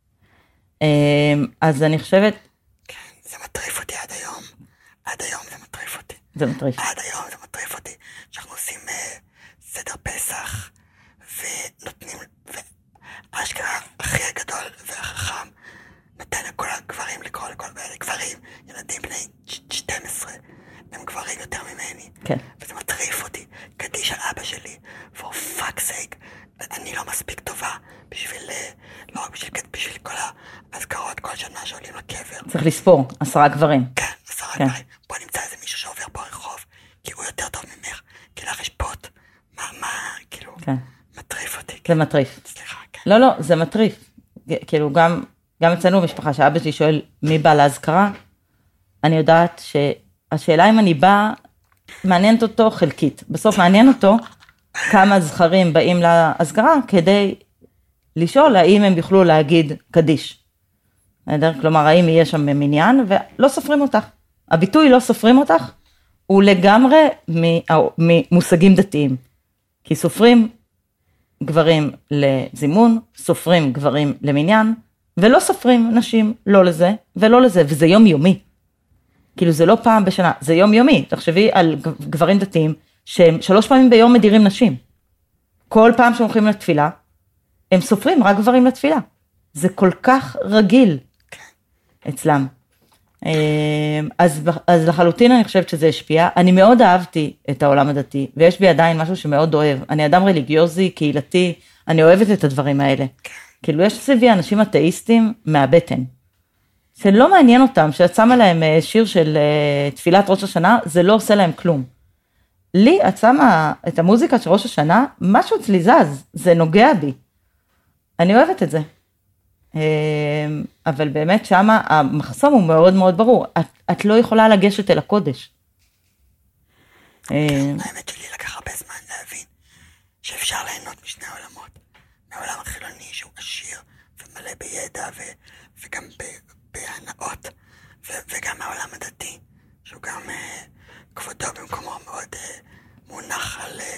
אז אני חושבת... כן, זה מטריף אותי עד היום. עד היום זה מטריף אותי. זה מטריף. עד היום זה מטריף אותי. שאנחנו עושים סדר פסח, ונותנים, והאשכרה הכי הגדול והחכם, נותן לכל הגברים לקרוא לכל גברים, ילדים בני 12, הם גברים יותר ממני. כן. וזה מטריף אותי. קדיש על אבא שלי, for fuck's sake, אני לא מספיק טובה בשביל, לא רק בשביל כל ההזכרות כל שנה שעולים לקבר. צריך לספור, 10 גברים. כן, 10 גברים. בוא נמצא איזה מישהו שעובר ברחוב, כי הוא יותר טוב ממך, כי לך יש פוט. מה, כאילו, מטריף אותי. זה מטריף. סליחה, כן. לא, זה מטריף. כאילו, גם אצלנו במשפחה, שאבא שלי שואל מי בא להזכרה, אני יודעת שהשאלה אם אני באה, מעניינת אותו חלקית. בסוף מעניין אותו כמה זכרים באים להסגרה כדי לשאול האם הם יוכלו להגיד קדיש. כלומר, האם יהיה שם מניין, ולא סופרים אותך. הביטוי לא סופרים אותך, הוא לגמרי ממושגים דתיים. כי סופרים גברים לזימון, סופרים גברים למניין, ולא סופרים נשים לא לזה ולא לזה, וזה יומיומי. כאילו זה לא פעם בשנה, זה יומיומי. תחשבי על גברים דתיים, שהם 3 פעמים ביום מדירים נשים. כל פעם שהם הולכים לתפילה, הם סופרים רק גברים לתפילה. זה כל כך רגיל אצלם. אז לחלוטין אני חושבת שזה השפיע. אני מאוד אהבתי את העולם הדתי, ויש בי עדיין משהו שמאוד אוהב. אני אדם רליגיוזי, קהילתי, אני אוהבת את הדברים האלה. כאילו יש סביבי אנשים אתאיסטים מהבטן, שלא מעניין אותם, שאת שמה להם שיר של תפילת ראש השנה, זה לא עושה להם כלום. לי, את שמה את המוזיקה של ראש השנה, משהו אצלי זז, זה נוגע בי. אני אוהבת את זה. אבל באמת שמה המחסום הוא מאוד מאוד ברור. את לא יכולה לגשת אל הקודש. האמת שלי לקח הרבה זמן להבין שאפשר ליהנות משני העולמות. מהעולם החילוני שהוא עשיר ומלא בידע וגם בהנאות, וגם מהעולם הדתי שהוא גם כבודו במקומו מאוד מונח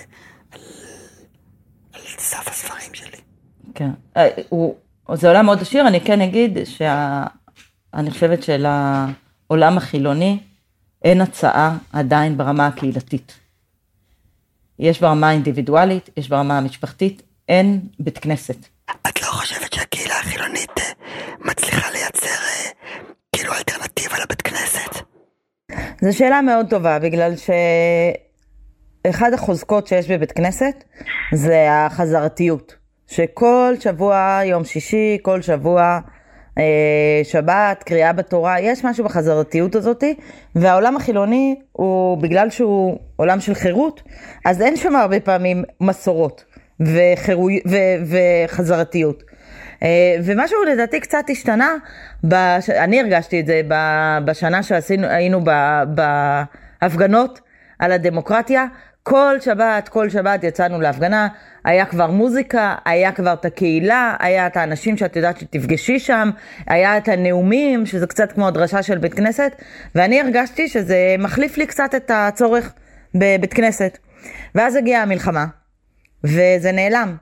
על סף הספרים שלי. כן, זה עולם מאוד עשיר. אני כן אגיד שאני חושבת שלעולם החילוני אין הצעה עדיין ברמה הקהילתית. יש ברמה האינדיבידואלית, יש ברמה המשפחתית, אין בית כנסת. את לא חושבת שהקהילה החילונית מצליחה לייצר כאילו אלטרנטיבה לבית כנסת? זו שאלה מאוד טובה, בגלל שאחד החוזקות שיש בבית כנסת זה החזרתיות. שכל שבוע יום שישי, כל שבוע שבת, קריאה בתורה, יש משהו בחזרתיות הזאת, והעולם החילוני הוא, בגלל שהוא עולם של חירות, אז אין שם הרבה פעמים מסורות וחזרתיות. ומשהו לדעתי קצת השתנה, אני הרגשתי את זה בשנה שהיינו בהפגנות על הדמוקרטיה, כל שבת יצאנו להפגנה, היה כבר מוזיקה, היה כבר את הקהילה, היה את האנשים שאת יודעת שתפגשי שם, היה את הנאומים, שזה קצת כמו הדרשה של בית כנסת, ואני הרגשתי שזה מחליף לי קצת את הצורך בבית כנסת. ואז הגיעה המלחמה, וזה נעלם.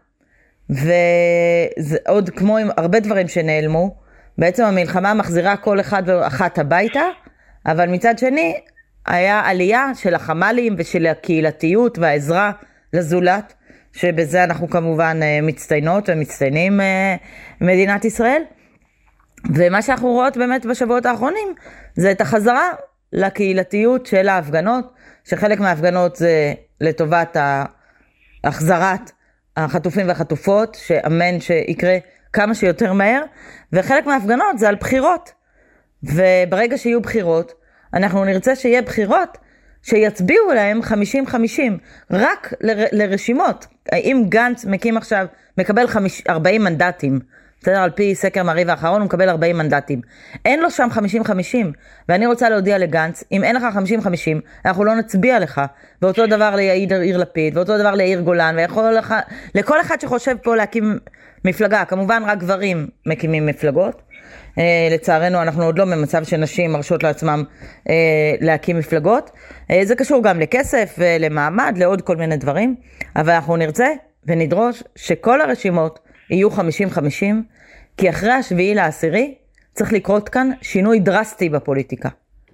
ועוד כמו עם הרבה דברים שנעלמו, בעצם המלחמה מחזירה כל אחד ואחת הביתה, אבל מצד שני, היה עלייה של החמלים ושל הקהילתיות והעזרה לזולת, שבזה אנחנו כמובן מצטיינות ומצטיינים מדינת ישראל. ומה שאנחנו רואות באמת בשבועות האחרונים, זה את החזרה לקהילתיות של ההפגנות, שחלק מההפגנות זה לטובת החזרת החטופים והחטופות, שאמן שיקרה כמה שיותר מהר, וחלק מההפגנות זה על בחירות. וברגע שיהיו בחירות, אנחנו נרצה שיהיה בחירות שיצביעו להם 50-50, רק לרשימות. אם גנץ מקים עכשיו, מקבל 40 מנדטים, בסדר, על פי סקר מעריב האחרון הוא מקבל 40 מנדטים. אין לו שם 50-50, ואני רוצה להודיע לגנץ, אם אין לך 50-50, אנחנו לא נצביע לך. ואותו דבר ליאיר לפיד, ואותו דבר ליאיר גולן, לכל אחד שחושב פה להקים מפלגה, כמובן רק גברים מקימים מפלגות. לצערנו אנחנו עוד לא במצב שנשים מרשות לעצמם להקים מפלגות. זה קשור גם לכסף ולמעמד, לעוד כל מיני דברים, אבל אנחנו נרצה ונדרוש שכל הרשימות יהיו 50-50, כי אחרי 7/10 צריך לקרות כאן שינוי דרסטי בפוליטיקה.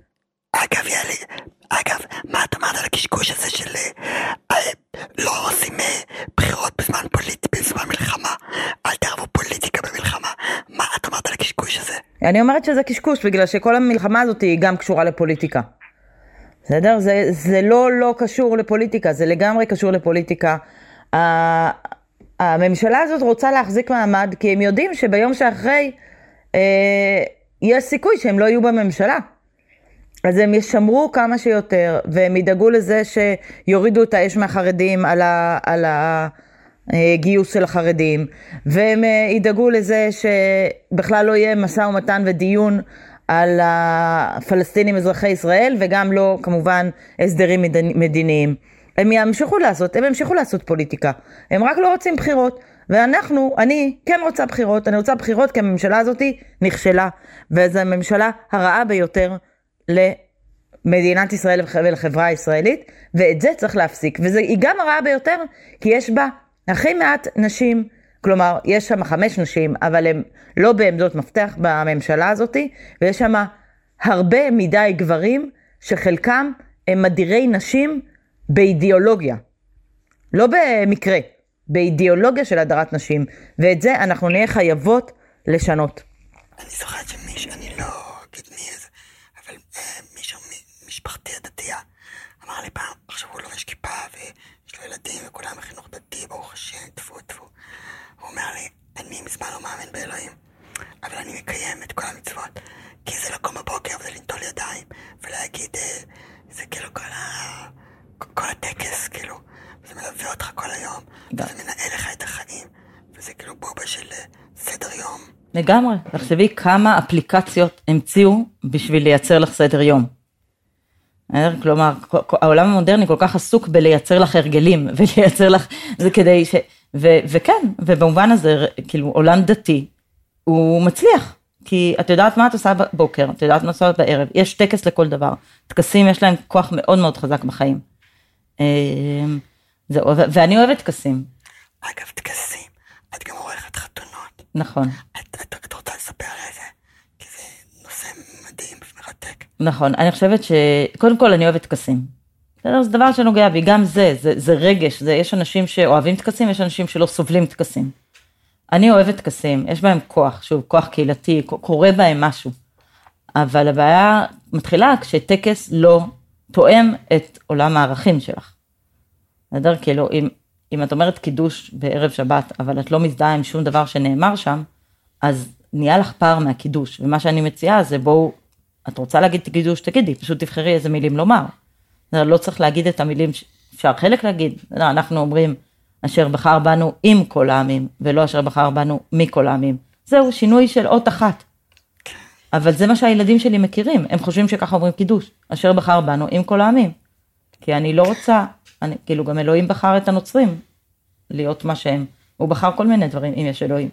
אגב, מה את אמרת על הקשקוש הזה של לא עושים בחירות בזמן מלחמה, אל תערבו פוליטיקה במלחמה? מה את אמרת על הקשקוש הזה? אני אומרת שזה קשקוש, בגלל שכל המלחמה הזאת היא גם קשורה לפוליטיקה. בסדר? זה לא קשור לפוליטיקה, זה לגמרי קשור לפוליטיקה. הממשלה הזאת רוצה להחזיק מעמד, כי הם יודעים שביום שאחרי יש סיכוי שהם לא יהיו בממשלה. אז הם ישמרו כמה שיותר, והם ידאגו לזה שיורידו את האש מהחרדים על הגיוס של החרדים, והם ידאגו לזה שבכלל לא יהיה משא ומתן ודיון על הפלסטינים אזרחי ישראל, וגם לא כמובן הסדרים מדיניים. הם ימשיכו לעשות פוליטיקה, הם רק לא רוצים בחירות, אני כן רוצה בחירות, אני רוצה בחירות כי הממשלה הזאת נכשלה, וזו הממשלה הרעה ביותר למדינת ישראל ולחברה הישראלית, ואת זה צריך להפסיק, והיא גם הרעה ביותר, כי יש בה הכי מעט נשים, כלומר יש שם 5 נשים, אבל הן לא בעמדות מפתח בממשלה הזאת, ויש שם הרבה מדי גברים, שחלקם הם מדירי נשים באידיאולוגיה, לא במקרה, באידיאולוגיה של הדרת נשים, ואת זה אנחנו נהיה חייבות לשנות. אני זוכרת שמישהו, אני לא אגיד מי איזה, אבל מישהו משפחתי הדתייה, אמר לי פעם, עכשיו הוא לובש כיפה ויש לו ילדים וכולם בחינוך דתי, ברוך השם, טפו. הוא אומר לי, אני מזמן לא מאמין באלוהים, אבל אני מקיים את כל המצוות, כי זה לקום בבוקר וזה לנטול ידיים, ולהגיד, זה כאילו כל הטקס, כאילו, זה מלווה אותך כל היום, וזה מנהל לך את החיים, וזה כאילו בובה של סדר יום. לגמרי, תחשבי כמה אפליקציות המציאו בשביל לייצר לך סדר יום. כלומר, העולם המודרני כל כך עסוק בלייצר לך הרגלים, ולייצר לך, זה כדי וכן, ובמובן הזה, כאילו, עולם דתי, הוא מצליח, כי את יודעת מה את עושה בבוקר, את יודעת מה את עושה בערב, יש טקס לכל דבר, טקסים יש להם כוח מאוד מאוד חזק בחיים. זהו, ואני אוהבת טקסים. אגב, טקסים, את גם עורכת חתונות. נכון. את רוצה לספר על זה? כי זה נושא מדהים ומרתק. נכון, אני חושבת שקודם כל אני אוהבת טקסים. זה דבר שנוגע בי, גם זה רגש, יש אנשים שאוהבים טקסים, יש אנשים שלא סובלים טקסים. אני אוהבת טקסים, יש בהם כוח, שוב, כוח קהילתי, קורה בהם משהו. אבל הבעיה מתחילה כשטקס לא תואם את עולם הערכים שלך. נדבר, כאילו, אם את אומרת קידוש בערב שבת, אבל את לא מזדהה עם שום דבר שנאמר שם, אז נהיה לך פער מהקידוש, ומה שאני מציעה זה בואו, את רוצה להגיד קידוש, תגידי, פשוט תבחרי איזה מילים לומר. לא צריך להגיד את המילים, אפשר חלק להגיד, אנחנו אומרים, אשר בחר בנו עם כל העמים, ולא אשר בחר בנו מכל העמים. זהו שינוי של אות אחת. אבל זה מה שהילדים שלי מכירים, הם חושבים שככה אומרים קידוש, אשר בחר בנו עם כל העמים. כי אני לא רוצה, כאילו גם אלוהים בחר את הנוצרים, להיות מה שהם, הוא בחר כל מיני דברים, אם יש אלוהים.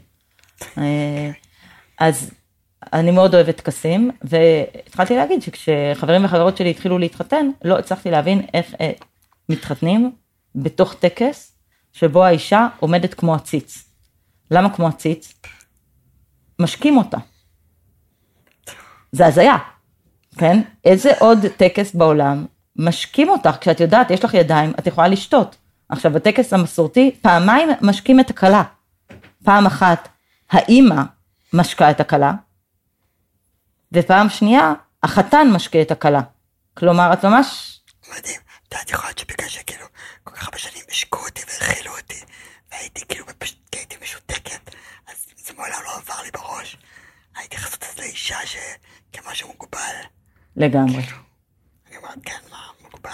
אז אני מאוד אוהבת טקסים, והתחלתי להגיד שכשחברים וחברות שלי התחילו להתחתן, לא הצלחתי להבין איך מתחתנים בתוך טקס, שבו האישה עומדת כמו הציץ. למה כמו הציץ? משקים אותה. זה הזיה, כן? איזה עוד טקס בעולם משקים אותך, כשאת יודעת, יש לך ידיים, את יכולה לשתות. עכשיו, בטקס המסורתי, פעמיים משקים את הכלה. פעם אחת, האמא משקה את הכלה, ופעם שנייה, החתן משקה את הכלה. כלומר, את ממש... מדהים. את יכולה שבגלל שכאילו, כל כך הרבה שנים השקו אותי והחילו אותי, והייתי כאילו, הייתי משותקת, אז זה מעולם לא עבר לי בראש. הייתי חסות את לאישה שכמשהו מוגבל. לגמרי. כאילו, אני אומרת, כן, מה מוגבל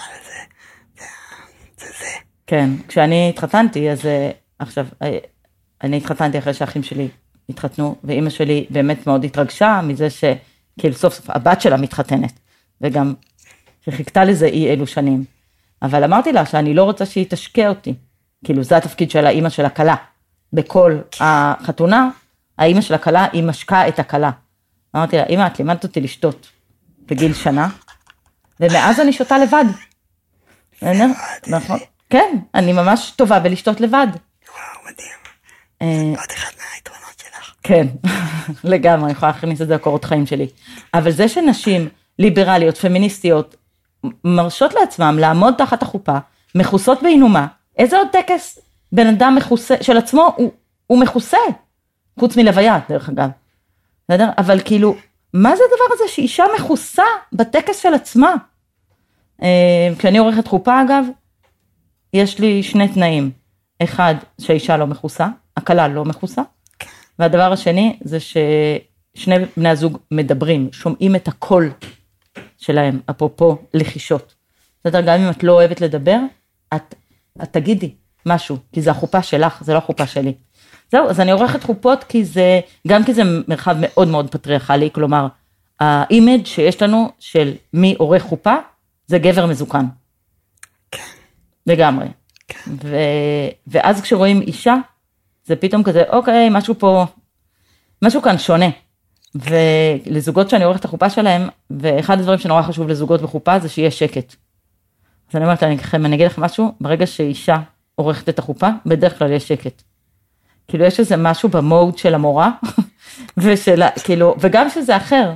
זה. כן, כשאני התחתנתי, אז עכשיו, אני התחתנתי אחרי שהאחים שלי התחתנו, ואמא שלי באמת מאוד התרגשה מזה שכאילו סוף סוף הבת שלה מתחתנת, וגם שחיכתה לזה אלו שנים. אבל אמרתי לה שאני לא רוצה שהיא תשקע אותי, כאילו זה התפקיד של האמא של הכלה. בכל החתונה, האמא של הכלה היא משקה את הכלה. אמרתי לה, אמא, את לימדת אותי לשתות בגיל שנה, ומאז אני שותה לבד. נכון. כן, אני ממש טובה בלשתות לבד. וואו, מדהים. זה עוד אחד מהיתרונות שלך. כן, לגמרי, אני יכולה להכניס את זה לקורות חיים שלי. אבל זה שנשים ליברליות, פמיניסטיות, מרשות לעצמם לעמוד תחת החופה, מחוסות בעינומה, איזה עוד טקס בן אדם מחוסה, של עצמו הוא מחוסה, חוץ מלוויה, דרך אגב. אבל כאילו, מה זה הדבר הזה שאישה מחוסה בטקס של עצמה? כשאני עורכת חופה, אגב, יש לי 2 תנאים. אחד, שהאישה לא מחוסה, הכלה לא מחוסה, והדבר השני זה ששני בני הזוג מדברים, שומעים את הקול שלהם, אפרופו לחישות. בסדר, גם אם את לא אוהבת לדבר, את תגידי משהו, כי זה החופה שלך, זה לא החופה שלי. זהו, אז אני עורכת חופות, גם כי זה מרחב מאוד מאוד פטריארכלי, כלומר, האימג' שיש לנו של מי עורך חופה, זה גבר מזוקן. כן. לגמרי. כן. ואז כשרואים אישה, זה פתאום כזה, אוקיי, משהו כאן שונה. ולזוגות שאני עורכת את החופה שלהם, ואחד הדברים שנורא חשוב לזוגות בחופה, זה שיהיה שקט. אז אני אומרת, אני אגיד לך משהו, ברגע שאישה עורכת את החופה, בדרך כלל יש שקט. כאילו יש איזה משהו במוד של המורה, וגם שזה אחר.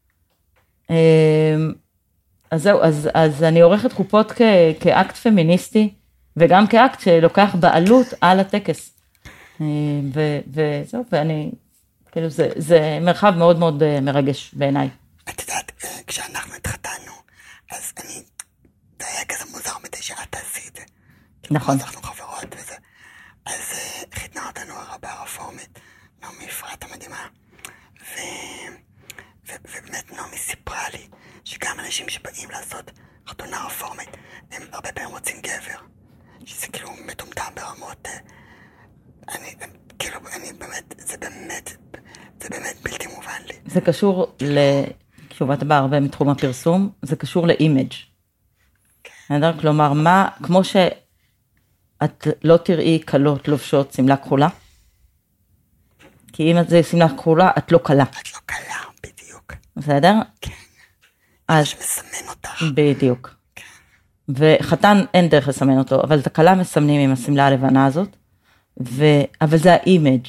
אז זהו, אז אני עורכת חופות כאקט פמיניסטי, וגם כאקט שלוקח בעלות על הטקס. וזהו, ואני, כאילו זה מרחב מאוד מאוד מרגש בעיניי. את יודעת, כשאנחנו התחתנו, אז זה היה כזה מוזר מדי שאת תעשי את זה. נכון. אנחנו חברות וזה. אז חיתנה אותנו הרבה הרפורמית, נעמי אפרת המדהימה, ובאמת נעמי סיפרה לי שגם אנשים שבאים לעשות חתונה רפורמית, הם הרבה פעמים רוצים גבר, שזה כאילו מטומטם ברמות, אני באמת, זה באמת בלתי מובן לי. זה קשור שוב, את באה הרבה מתחום הפרסום, זה קשור לאימג'. כלומר, כמו שאת לא תראי קלות לובשות שמלה כחולה, כי אם זה שמלה כחולה, את לא קלה. את לא קלה, בדיוק. בסדר? כן. אז שמסמן אותך. בדיוק. כן. וחתן אין דרך לסמן אותו, אבל את הקלה מסמנים עם השמלה הלבנה הזאת, אבל זה האימג',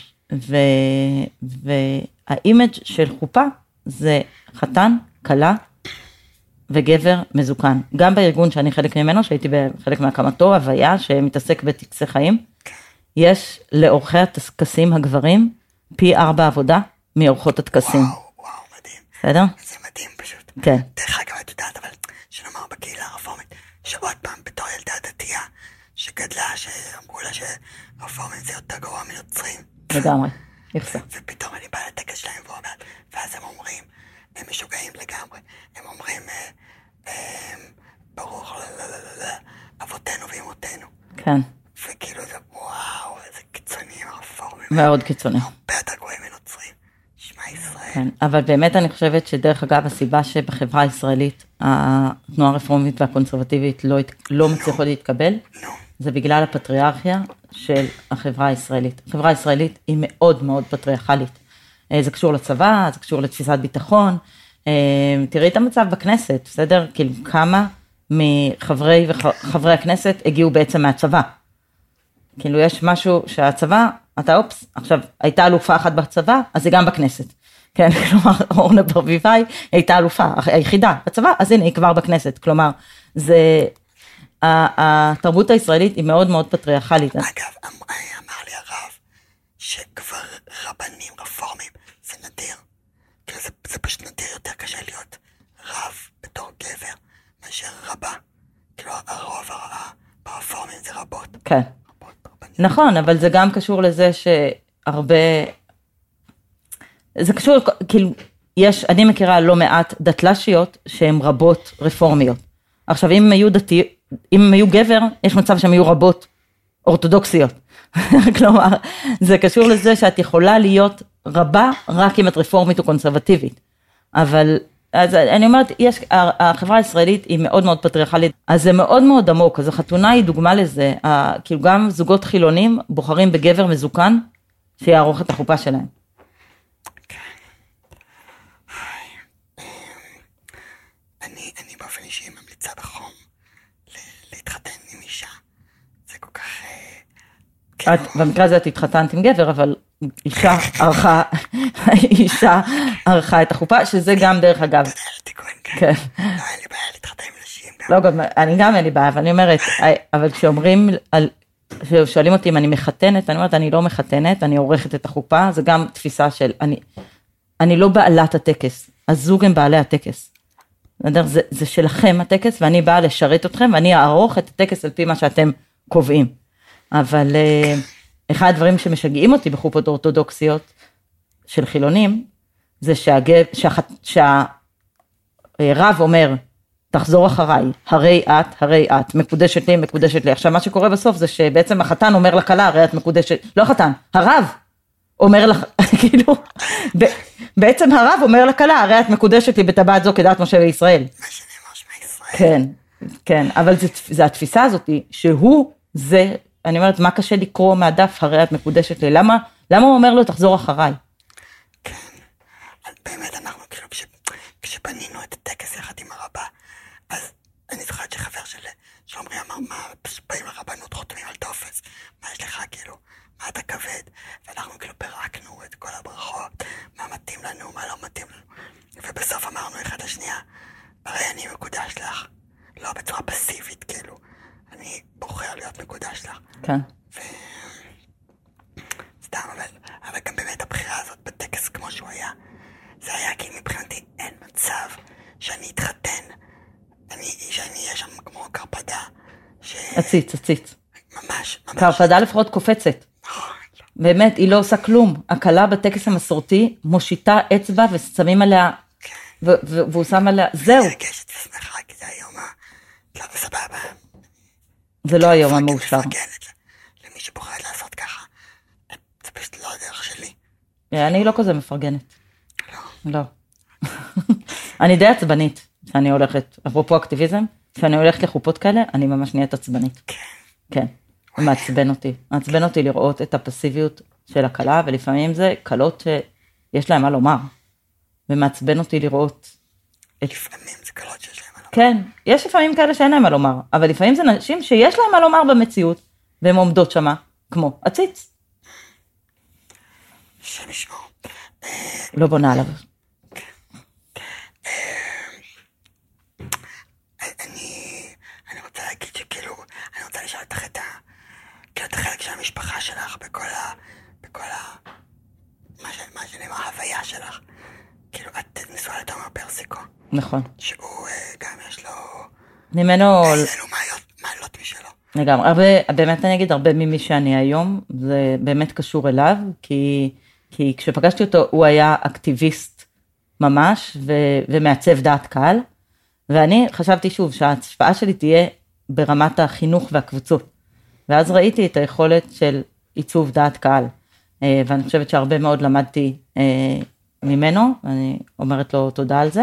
והאימג' של חופה זה חתן, קלה וגבר מזוקן. גם בארגון שאני חלק ממנו, שהייתי בחלק מהקמתו, הוויה שמתעסק בטקסי חיים, יש לאורחי הטקסים הגברים פי 4 עבודה מאורחות הטקסים. וואו, מדהים. בסדר? זה מדהים פשוט. כן. דרך אגב, את יודעת, אבל שנאמר בקהילה הרפורמית, שעוד פעם בתור ילדה דתייה, שגדלה, שאמרו לה שרפורמים זה יותר גרוע מנוצרים. לגמרי, יחסה. ופתאום אני באה לטקס שלהם ואומרת, ואז הם אומרים, הם משוגעים לגמרי, הם אומרים, ברוך אבותינו ואמותינו. כן. וכאילו זה, וואו, איזה קיצוניים הרפורמים. מאוד קיצוני. הרבה יותר גרועים מנוצרים. שמע ישראל. כן, אבל באמת אני חושבת שדרך אגב, הסיבה שבחברה הישראלית, התנועה הרפורמית והקונסרבטיבית לא מצליחות להתקבל, זה בגלל הפטריארכיה של החברה הישראלית. החברה הישראלית היא מאוד מאוד פטריארכלית. זה קשור לצבא, זה קשור לתפיסת ביטחון. תראי את המצב בכנסת, בסדר? כאילו כמה מחברי הכנסת הגיעו בעצם מהצבא. כאילו יש משהו שהצבא, אתה אופס, עכשיו הייתה אלופה אחת בצבא, אז זה גם בכנסת. כן, כלומר, אורנה ברביבאי הייתה אלופה, היחידה בצבא, אז הנה היא כבר בכנסת. כלומר, התרבות הישראלית היא מאוד מאוד פטריארכלית. אגב, אמר לי הרב, שכבר רבנים רפורמים, זה נדיר. כאילו זה פשוט נדיר, יותר קשה להיות רב בתור גבר, מאשר רבה. כאילו הרוב ברפורמים זה רבות. כן. נכון, אבל זה גם קשור לזה שהרבה, זה קשור, כאילו, אני מכירה לא מעט דתל"שיות שהן רבות רפורמיות. עכשיו, אם הם היו גבר, יש מצב שהן היו רבות אורתודוקסיות. כלומר, זה קשור לזה שאת יכולה להיות רבה רק אם את רפורמית או קונסרבטיבית. אבל, אז אני אומרת, החברה הישראלית היא מאוד מאוד פטריארכלית, אז זה מאוד מאוד עמוק, אז החתונה היא דוגמה לזה, כאילו גם זוגות חילונים בוחרים בגבר מזוקן, שיערוך את החופה שלהם. אני באופן אישי ממליצה בחום להתחתן עם אישה, זה כל כך... במקרה הזה את התחתנת עם גבר, אבל אישה ערכה את החופה, שזה גם דרך אגב. כן. לא, אין לי בעיה להתחתן עם נשים. לא, אני גם אין לי בעיה, אבל אני אומרת, אבל כשאומרים, שואלים אותי אם אני מחתנת, אני אומרת, אני לא מחתנת, אני עורכת את החופה, זה גם תפיסה של, אני לא בעלת הטקס, הזוג הם בעלי הטקס. זה שלכם הטקס, ואני באה לשרת אתכם, ואני אערוך את הטקס על פי מה שאתם קובעים. אבל אחד הדברים שמשגעים אותי בחופות אורתודוקסיות של חילונים, זה שהרב אומר, תחזור אחריי, הרי את, מקודשת לי. עכשיו מה שקורה בסוף זה שבעצם החתן אומר לכלה, הרי את מקודשת, לא החתן, הרב אומר לך, כאילו, בעצם הרב אומר לכלה, הרי את מקודשת לי בטבעת זו כדת משה וישראל. מה שנאמר שמע ישראל. כן, כן, אבל זה התפיסה הזאת, שהוא זה, אני אומרת, מה קשה לקרוא מהדף, הרי את מקודשת לי, למה הוא אומר לו, תחזור אחריי? כן, אז באמת אנחנו כאילו, כשבנינו את הטקס יחד עם הרבה, אז אני זוכרת שחבר שעומרי אמר, מה, באים לרבנות חותמים על טופס, מה יש לך כאילו, מה אתה כבד, ואנחנו כאילו פרקנו את כל הברכות, מה מתאים לנו, מה לא מתאים לנו, ובסוף אמרנו אחד לשנייה, הרי אני מקודש לך, לא בצורה פסיבית כאילו, אני בוחר להיות מקודש לך. כן. סתם, אבל גם באמת הבחירה הזאת בטקס כמו שהוא היה, זה היה כי מבחינתי אין מצב שאני אתחתן, שאני אהיה שם כמו קרפדה, עציץ. ממש. קרפדה לפחות קופצת. באמת, היא לא עושה כלום. הכלה בטקס המסורתי מושיטה אצבע ושמים עליה, והוא שם עליה, זהו. אני רגשת ושמחה, כי זה היום לא בסבבה. זה לא היום המאושר. למי שבוחרת לעשות ככה, זה פשוט לא הדרך שלי. אני לא כזה מפרגנת. לא. אני די עצבנית שאני הולכת, אפרופו אקטיביזם, כשאני הולכת לחופות כאלה, אני ממש נהיית עצבנית. כן. מעצבן אותי לראות את הפסיביות של הכלה, ולפעמים זה קלות שיש להם מה לומר, ומעצבן אותי לראות לפעמים זה קלות שיש להם מה לומר. כן, יש לפעמים כאלה שאין להם מה לומר, אבל לפעמים זה נשים שיש להם מה לומר במציאות, והן עומדות שמה, כמו עציץ. שם ישמור. לא בונה עליו. אני רוצה להגיד שכאילו, אני רוצה לשאול אותך את החלק של המשפחה שלך, מה שנאמר, ההוויה שלך. כאילו, את נשואה לתומר פרסיקו. נכון. שהוא גם יש לו... ממנו... אין לו מעלות משלו. לגמרי, באמת אני אגיד, הרבה ממי שאני היום, זה באמת קשור אליו, כי כשפגשתי אותו, הוא היה אקטיביסט ממש, ומעצב דעת קהל, ואני חשבתי שוב, שההשפעה שלי תהיה ברמת החינוך והקבוצות, ואז ראיתי את היכולת של עיצוב דעת קהל, ואני חושבת שהרבה מאוד למדתי ממנו, ואני אומרת לו תודה על זה.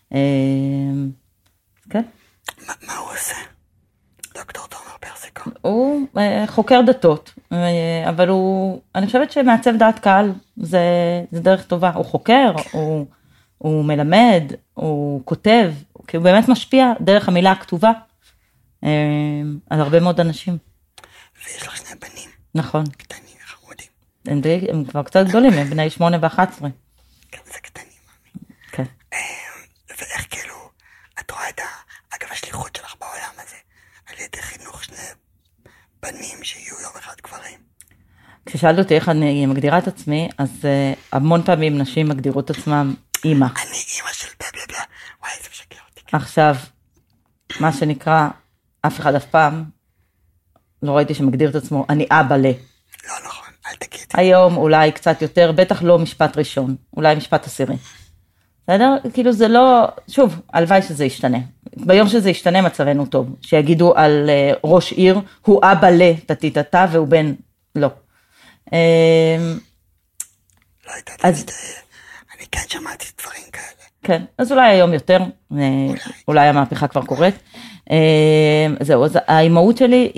כן. מה הוא עושה? דוקטור תומר פרסיקו. הוא חוקר דתות, אבל אני חושבת שמעצב דעת קהל זה דרך טובה. הוא חוקר, הוא מלמד, הוא כותב, כי הוא באמת משפיע דרך המילה הכתובה על הרבה מאוד אנשים. ויש לך שני בנים. נכון. קטנים וחמודים. הם כבר קצת גדולים, הם בני 8 ו-11. כן, זה קטנים, מאמי. כן. ואיך כאילו, את רואה את אגב השליחות שלך בעולם הזה, על ידי חינוך שני בנים שיהיו יום אחד גברים. כששאלת אותי איך אני מגדירה את עצמי, אז המון פעמים נשים מגדירות עצמם אימא. אני אימא של בלה, וואי, זה משקר אותי. עכשיו, מה שנקרא, אף אחד אף פעם לא ראיתי שמגדיר את עצמו, אני אבא ל. לא נכון, אל תגידי. היום אולי קצת יותר, בטח לא משפט ראשון, אולי משפט עשירי. בסדר? כאילו זה לא, שוב, הלוואי שזה ישתנה. ביום שזה ישתנה מצבנו טוב, שיגידו על ראש עיר, הוא אבא לתתיתתה והוא בן לא. לא יודעת, אני כן שמעתי דברים כאלה. כן, אז אולי היום יותר, אולי המהפכה כבר קורית. זהו, אז האימהות שלי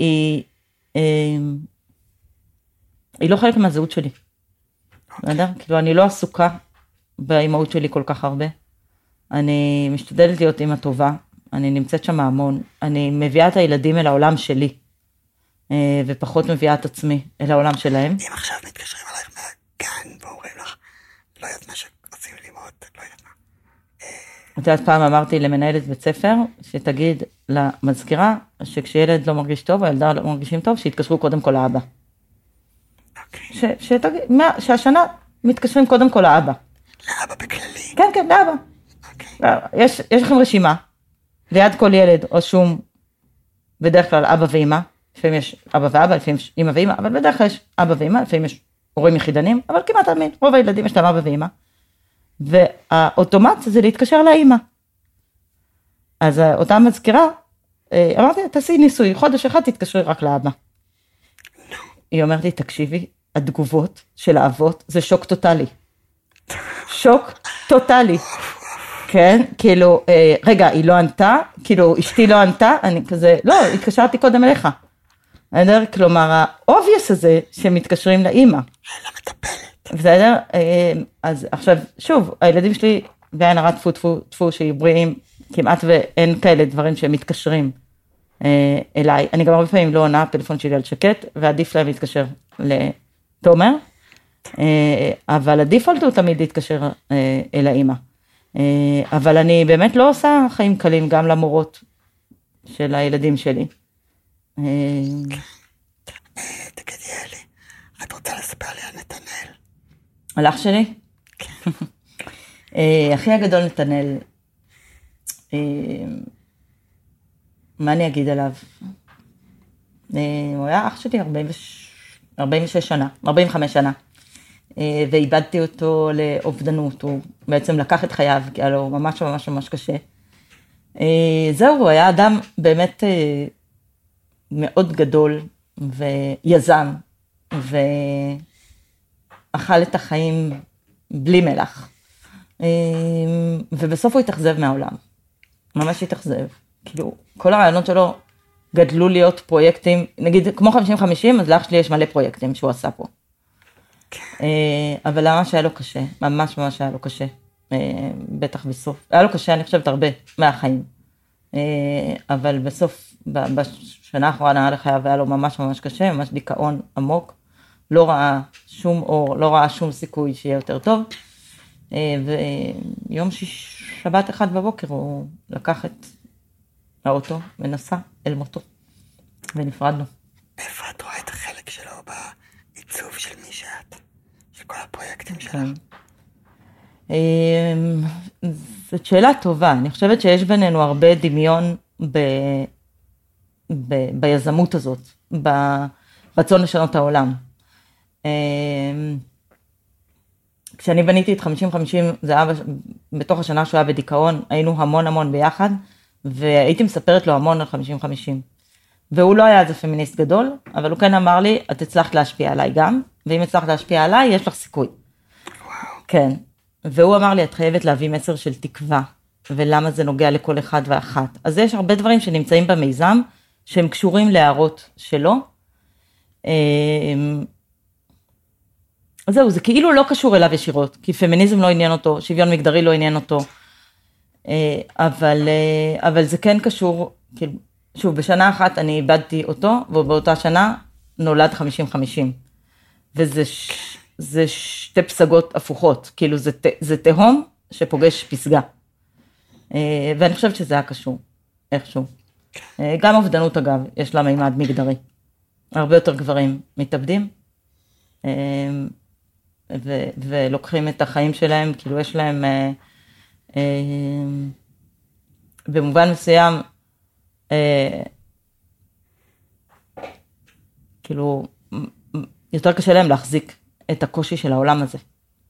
היא לא חלק מהזהות שלי. בסדר? כאילו אני לא עסוקה באימהות שלי כל כך הרבה. אני משתדלת להיות אימא טובה, אני נמצאת שם המון, אני מביאה את הילדים אל העולם שלי, ופחות מביאה את עצמי אל העולם שלהם. אם עכשיו מתקשרים עלייך מהגן ואומרים לך, לא יודעת מה שעושים לימוד, לא יודעת מה. את יודעת, פעם אמרתי למנהלת בית ספר, שתגיד למזכירה, שכשילד לא מרגיש טוב, או ילדה לא מרגישים טוב, שיתקשרו קודם כל לאבא. שתגיד, שהשנה מתקשרים קודם כל לאבא. לאבא בכללי? כן, כן, לאבא. יש לכם רשימה, ליד כל ילד רשום בדרך כלל אבא ואמא, לפעמים יש אבא ואבא, לפעמים יש אמא ואמא, אבל בדרך כלל יש אבא ואמא, לפעמים יש הורים יחידנים, אבל כמעט תמיד, רוב הילדים יש להם אבא ואמא, והאוטומט זה להתקשר לאמא. אז אותה מזכירה, אמרתי, תעשי ניסוי, חודש אחד תתקשרי רק לאבא. היא אומרת לי, תקשיבי, התגובות של האבות, זה שוק טוטלי. שוק טוטלי. כן, כאילו, רגע, היא לא ענתה, כאילו, אשתי לא ענתה, אני כזה, לא, התקשרתי קודם אליך. כלומר, האובייס הזה שמתקשרים לאמא. למטפלת. בסדר? אז עכשיו, שוב, הילדים שלי, בעין הרע טפו שהיא בריאים, כמעט ואין כאלה דברים שהם מתקשרים אליי. אני גם הרבה פעמים לא עונה, הפלאפון שלי על שקט, ועדיף להם להתקשר לתומר, אבל הדיפולט הוא תמיד להתקשר אל האמא. אבל אני באמת לא עושה חיים קלים גם למורות של הילדים שלי. תגידי אלי, את רוצה לספר לי על נתנאל? על אח שלי? אחי הגדול נתנאל, מה אני אגיד עליו? הוא היה אח שלי 46 שנה, 45 שנה, ואיבדתי אותו לאובדנות, הוא בעצם לקח את חייו, כי היה לו ממש ממש ממש קשה. זהו, הוא היה אדם באמת מאוד גדול ויזם, ואכל את החיים בלי מלח. ובסוף הוא התאכזב מהעולם, ממש התאכזב. כאילו, כל הרעיונות שלו גדלו להיות פרויקטים, נגיד, כמו 50-50, אז לאח שלי יש מלא פרויקטים שהוא עשה פה. אבל ממש היה לו קשה, ממש ממש היה לו קשה, בטח בסוף. היה לו קשה, אני חושבת, הרבה מהחיים. אבל בסוף, בשנה האחרונה לחייו היה לו ממש ממש קשה, ממש דיכאון עמוק, לא ראה שום אור, לא ראה שום סיכוי שיהיה יותר טוב. ויום שבת אחד בבוקר הוא לקח את האוטו ונסע אל מותו, ונפרדנו. איפה את רואה את החלק שלו בעיצוב של מי שאת? של כל הפרויקטים שלך? זאת שאלה טובה, אני חושבת שיש בינינו הרבה דמיון ביזמות הזאת, ברצון לשנות העולם. כשאני בניתי את 50-50, זה היה בתוך השנה שהוא היה בדיכאון, היינו המון המון ביחד, והייתי מספרת לו המון על 50-50. והוא לא היה איזה פמיניסט גדול, אבל הוא כן אמר לי, את הצלחת להשפיע עליי גם, ואם הצלחת להשפיע עליי, יש לך סיכוי. וואו. כן. והוא אמר לי, את חייבת להביא מסר של תקווה, ולמה זה נוגע לכל אחד ואחת. אז יש הרבה דברים שנמצאים במיזם, שהם קשורים להערות שלו. אז זהו, זה כאילו לא קשור אליו ישירות, כי פמיניזם לא עניין אותו, שוויון מגדרי לא עניין אותו, אבל זה כן קשור, כאילו, שוב, בשנה אחת אני איבדתי אותו, ובאותה שנה נולד 50-50, וזה שתי פסגות הפוכות, כאילו זה תהום שפוגש פסגה, ואני חושבת שזה היה קשור, איכשהו. גם אובדנות אגב, יש לה מימד מגדרי, הרבה יותר גברים מתאבדים, ולוקחים את החיים שלהם, כאילו יש להם, במובן מסוים, כאילו, יותר קשה להם להחזיק את הקושי של העולם הזה.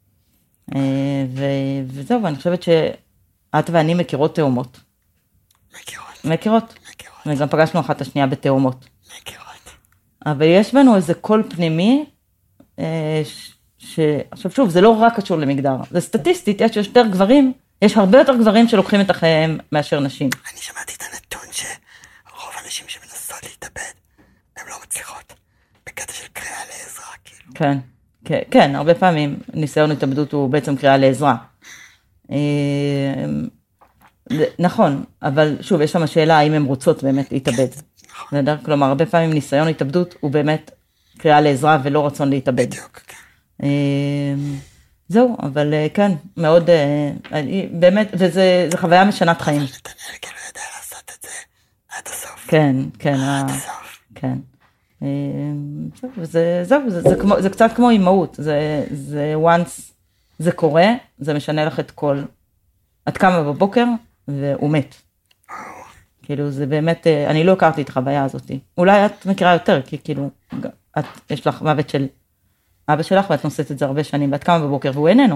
וזהו, ואני חושבת שאת ואני מכירות תאומות. מכירות. וגם פגשנו אחת את השנייה בתאומות. אבל יש בנו איזה קול פנימי, עכשיו שוב, זה לא רק קשור למגדר, זה סטטיסטית, יש יותר גברים, יש הרבה יותר גברים שלוקחים את החיים מאשר נשים. אני שמעתי את הנתון שרוב האנשים שמנסות להתאבד, הן לא מצליחות, בקטע של קריאה לעזרה, כאילו. כן, הרבה פעמים ניסיון התאבדות הוא בעצם קריאה לעזרה. נכון, אבל שוב, יש שם השאלה האם הן רוצות באמת להתאבד. כלומר, הרבה פעמים ניסיון התאבדות הוא באמת קריאה לעזרה ולא רצון להתאבד. בדיוק, כן. זהו, אבל כן, מאוד, באמת, וזה חוויה משנת חיים. אבל נתנאל כאילו יודע לעשות את זה עד הסוף. כן. עד הסוף. כן. זהו, זה קצת כמו אימהות, זה once זה קורה, זה משנה לך את כל, את קמה בבוקר והוא מת. כאילו זה באמת, אני לא הכרתי את החוויה הזאת. אולי את מכירה יותר, כי כאילו, יש לך מוות של אבא שלך, ואת נושאת את זה הרבה שנים, ואת קמה בבוקר והוא איננו.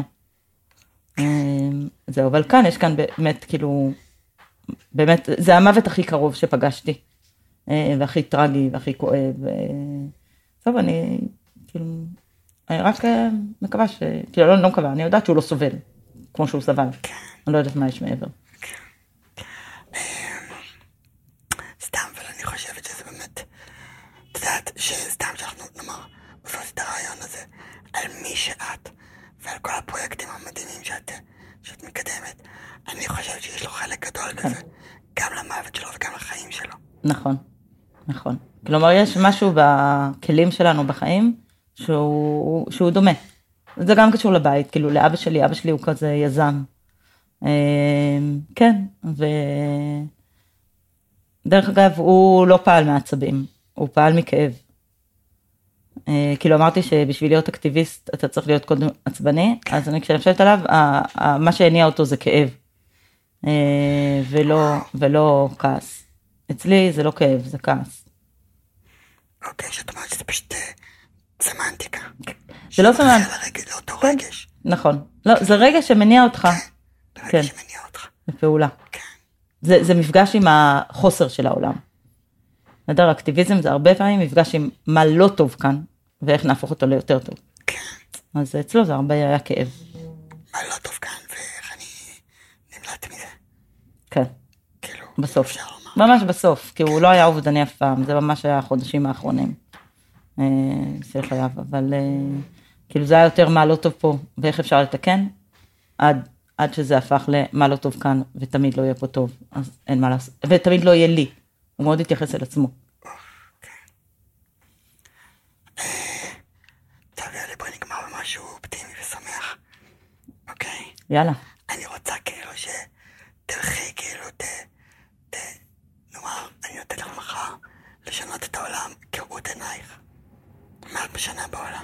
זהו, אבל כאן, יש כאן באמת, כאילו, באמת, זה המוות הכי קרוב שפגשתי, והכי טרגי, והכי כואב. טוב, אני, כאילו, אני רק מקווה כאילו לא מקווה, אני יודעת שהוא לא סובל, כמו שהוא סבל. אני לא יודעת מה יש מעבר. סתם, אבל אני חושבת שזה באמת, את יודעת שסתם שאנחנו נאמר, עושות את הרעיון הזה, על מי שאת, ועל כל הפרויקטים המדהימים שאת מקדמת, אני חושבת שיש לו חלק גדול בזה, גם למוות שלו וגם לחיים שלו. נכון, נכון. כלומר, יש משהו בכלים שלנו בחיים, שהוא דומה. זה גם קשור לבית, כאילו לאבא שלי, אבא שלי הוא כזה יזם. כן, דרך אגב, הוא לא פעל מעצבים, הוא פעל מכאב. כאילו אמרתי שבשביל להיות אקטיביסט, אתה צריך להיות קודם עצבני, אז כשאני חושבת עליו, מה שהניע אותו זה כאב, ולא כעס. אצלי זה לא כאב, זה כעס. אוקיי, שאת אומרת שזה פשוט סמנטיקה. זה לא סמנטיקה. זה אותו רגש. נכון. לא, זה רגש שמניע אותך. כן. רגש שמניע אותך. בפעולה. כן. זה מפגש עם החוסר של העולם. נדר, אקטיביזם זה הרבה פעמים מפגש עם מה לא טוב כאן, ואיך נהפוך אותו ליותר טוב. כן. אז אצלו זה הרבה היה כאב. מה לא טוב כאן, ואיך אני נמלט מזה. כן. כאילו, בסוף. ממש בסוף, כי הוא לא היה אובדני אף פעם, זה ממש היה החודשים האחרונים. של חייו, אבל כאילו זה היה יותר מה לא טוב פה, ואיך אפשר לתקן, עד שזה הפך למה לא טוב כאן, ותמיד לא יהיה פה טוב, אז אין מה לעשות, ותמיד לא יהיה לי, הוא מאוד התייחס אל עצמו. טוב, יאללה, בואי נגמר במשהו אופטימי ושמח, אוקיי? יאללה. אני רוצה כאילו שתלכי כאילו, נאמר, אני נותן לך מחר לשנות את העולם כראות עינייך. מה את משנה בעולם?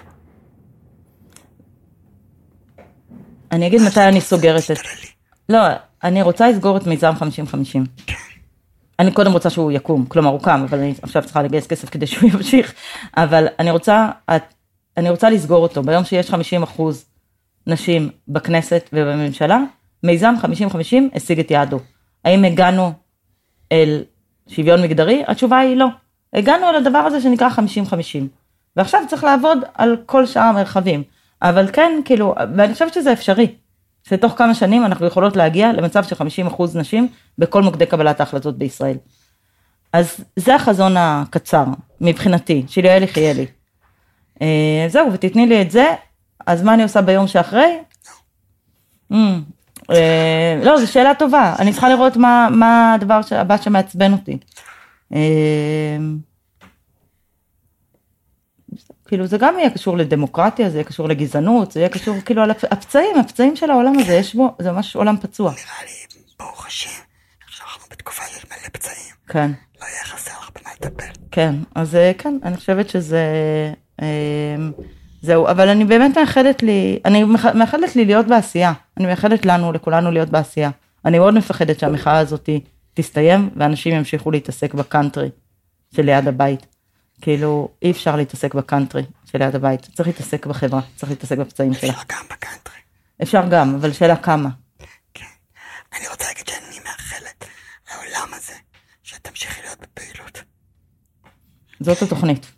אני אגיד מתי אני סוגרת את... לא, אני רוצה לסגור את מיזם 50-50. אני קודם רוצה שהוא יקום, כלומר הוא קם, אבל אני עכשיו צריכה לגייס כסף כדי שהוא ימשיך, אבל אני רוצה לסגור אותו, ביום שיש 50% נשים בכנסת ובממשלה, מיזם 50-50 השיג את יעדו. האם הגענו אל שוויון מגדרי? התשובה היא לא. הגענו אל הדבר הזה שנקרא 50-50. ועכשיו צריך לעבוד על כל שאר המרחבים. אבל כן, כאילו, ואני חושבת שזה אפשרי, שתוך כמה שנים אנחנו יכולות להגיע למצב של 50% נשים בכל מוקדי קבלת ההחלטות בישראל. אז זה החזון הקצר, מבחינתי, של יעל יחיילי. זהו, ותתני לי את זה, אז מה אני עושה ביום שאחרי? לא, זו שאלה טובה, אני צריכה לראות מה הדבר הבא שמעצבן אותי. כאילו זה גם יהיה קשור לדמוקרטיה, זה יהיה קשור לגזענות, זה יהיה קשור כאילו על הפצעים של העולם הזה, יש בו, זה ממש עולם פצוע. נראה לי, ברוך השם, עכשיו אנחנו בתקופה של מלא פצעים. כן. לא יהיה חסר לך במה לטפל. כן, אז כן, אני חושבת שזה, זהו, אבל אני באמת מאחלת לי להיות בעשייה, אני מאחלת לנו, לכולנו להיות בעשייה. אני מאוד מפחדת שהמחאה הזאת תסתיים, ואנשים ימשיכו להתעסק בקאנטרי של ליד הבית. כאילו, אי אפשר להתעסק בקאנטרי של ליד הבית, צריך להתעסק בחברה, צריך להתעסק בפצעים שלה. אפשר גם בקאנטרי. אפשר גם, אבל שאלה כמה. כן, אני רוצה להגיד שאני מאחלת לעולם הזה, שתמשיכי להיות בפעילות. זאת התוכנית.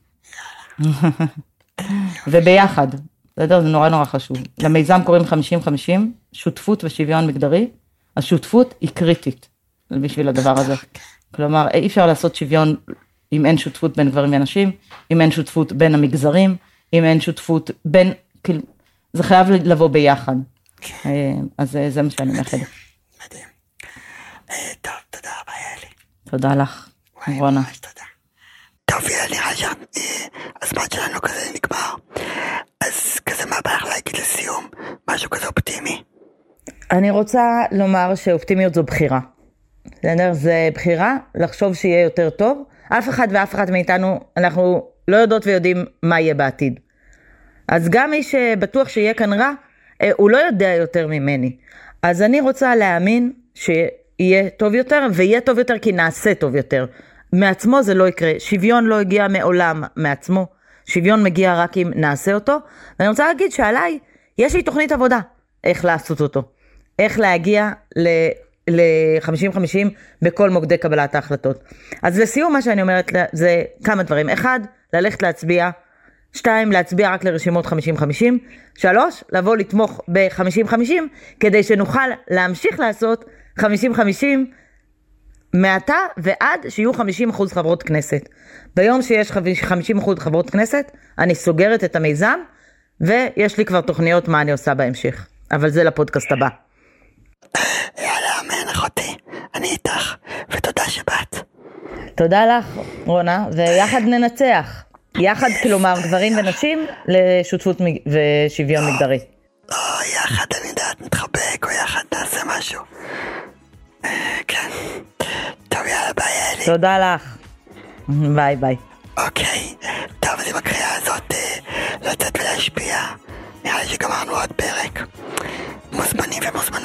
וביחד, זה נורא חשוב. למיזם קוראים 50-50, שותפות ושוויון מגדרי, השותפות היא קריטית בשביל הדבר הזה. כלומר, אי אפשר לעשות שוויון אם אין שותפות בין גברים ונשים, אם אין שותפות בין המגזרים, אם אין שותפות בין, כאילו, זה חייב לבוא ביחד. אז זה מה שאני מאחלת. מדהים. טוב, תודה רבה, יאלי. תודה לך, רונה. ממש תודה. טוב, יאלי, הזמן שלנו כזה נגמר. אז כזה מה בא לך להגיד לסיום? משהו כזה אופטימי. אני רוצה לומר שאופטימיות זו בחירה. זה בחירה לחשוב שיהיה יותר טוב. אף אחד ואף אחד מאיתנו, אנחנו לא יודעות ויודעים מה יהיה בעתיד. אז גם מי שבטוח שיהיה כאן רע, הוא לא יודע יותר ממני. אז אני רוצה להאמין שיהיה טוב יותר, ויהיה טוב יותר כי נעשה טוב יותר. מעצמו זה לא יקרה. שוויון לא הגיע מעולם מעצמו. שוויון מגיע רק אם נעשה אותו. ואני רוצה להגיד שעליי, יש לי תוכנית עבודה. איך לעשות אותו. איך להגיע ל-50-50 בכל מוקדי קבלת ההחלטות. אז לסיום מה שאני אומרת זה כמה דברים. אחד, ללכת להצביע 2, להצביע רק לרשימות 50-50. 3, לבוא לתמוך ב-50-50, כדי שנוכל להמשיך לעשות 50-50 מעתה ועד שיהיו 50% חברות כנסת. ביום שיש 50% חברות כנסת, אני סוגרת את המיזם, ויש לי כבר תוכניות מה אני עושה בהמשך. אבל זה לפודקאסט הבא. יאללה, אמן אחותי, אני איתך, ותודה שבאת. תודה לך, רונה, ויחד ננצח. יחד, כלומר, גברים ונשים לשותפות ושוויון מגדרי. לא, יחד אני יודעת נתחבק, או יחד נעשה משהו. כן. טוב, יאללה, ביי, אלי. תודה לך. ביי, ביי. אוקיי, טוב, אז עם הקריאה הזאת לצאת ולהשפיע. נראה לי שגמרנו עוד פרק. מוזמנים ומוזמנות.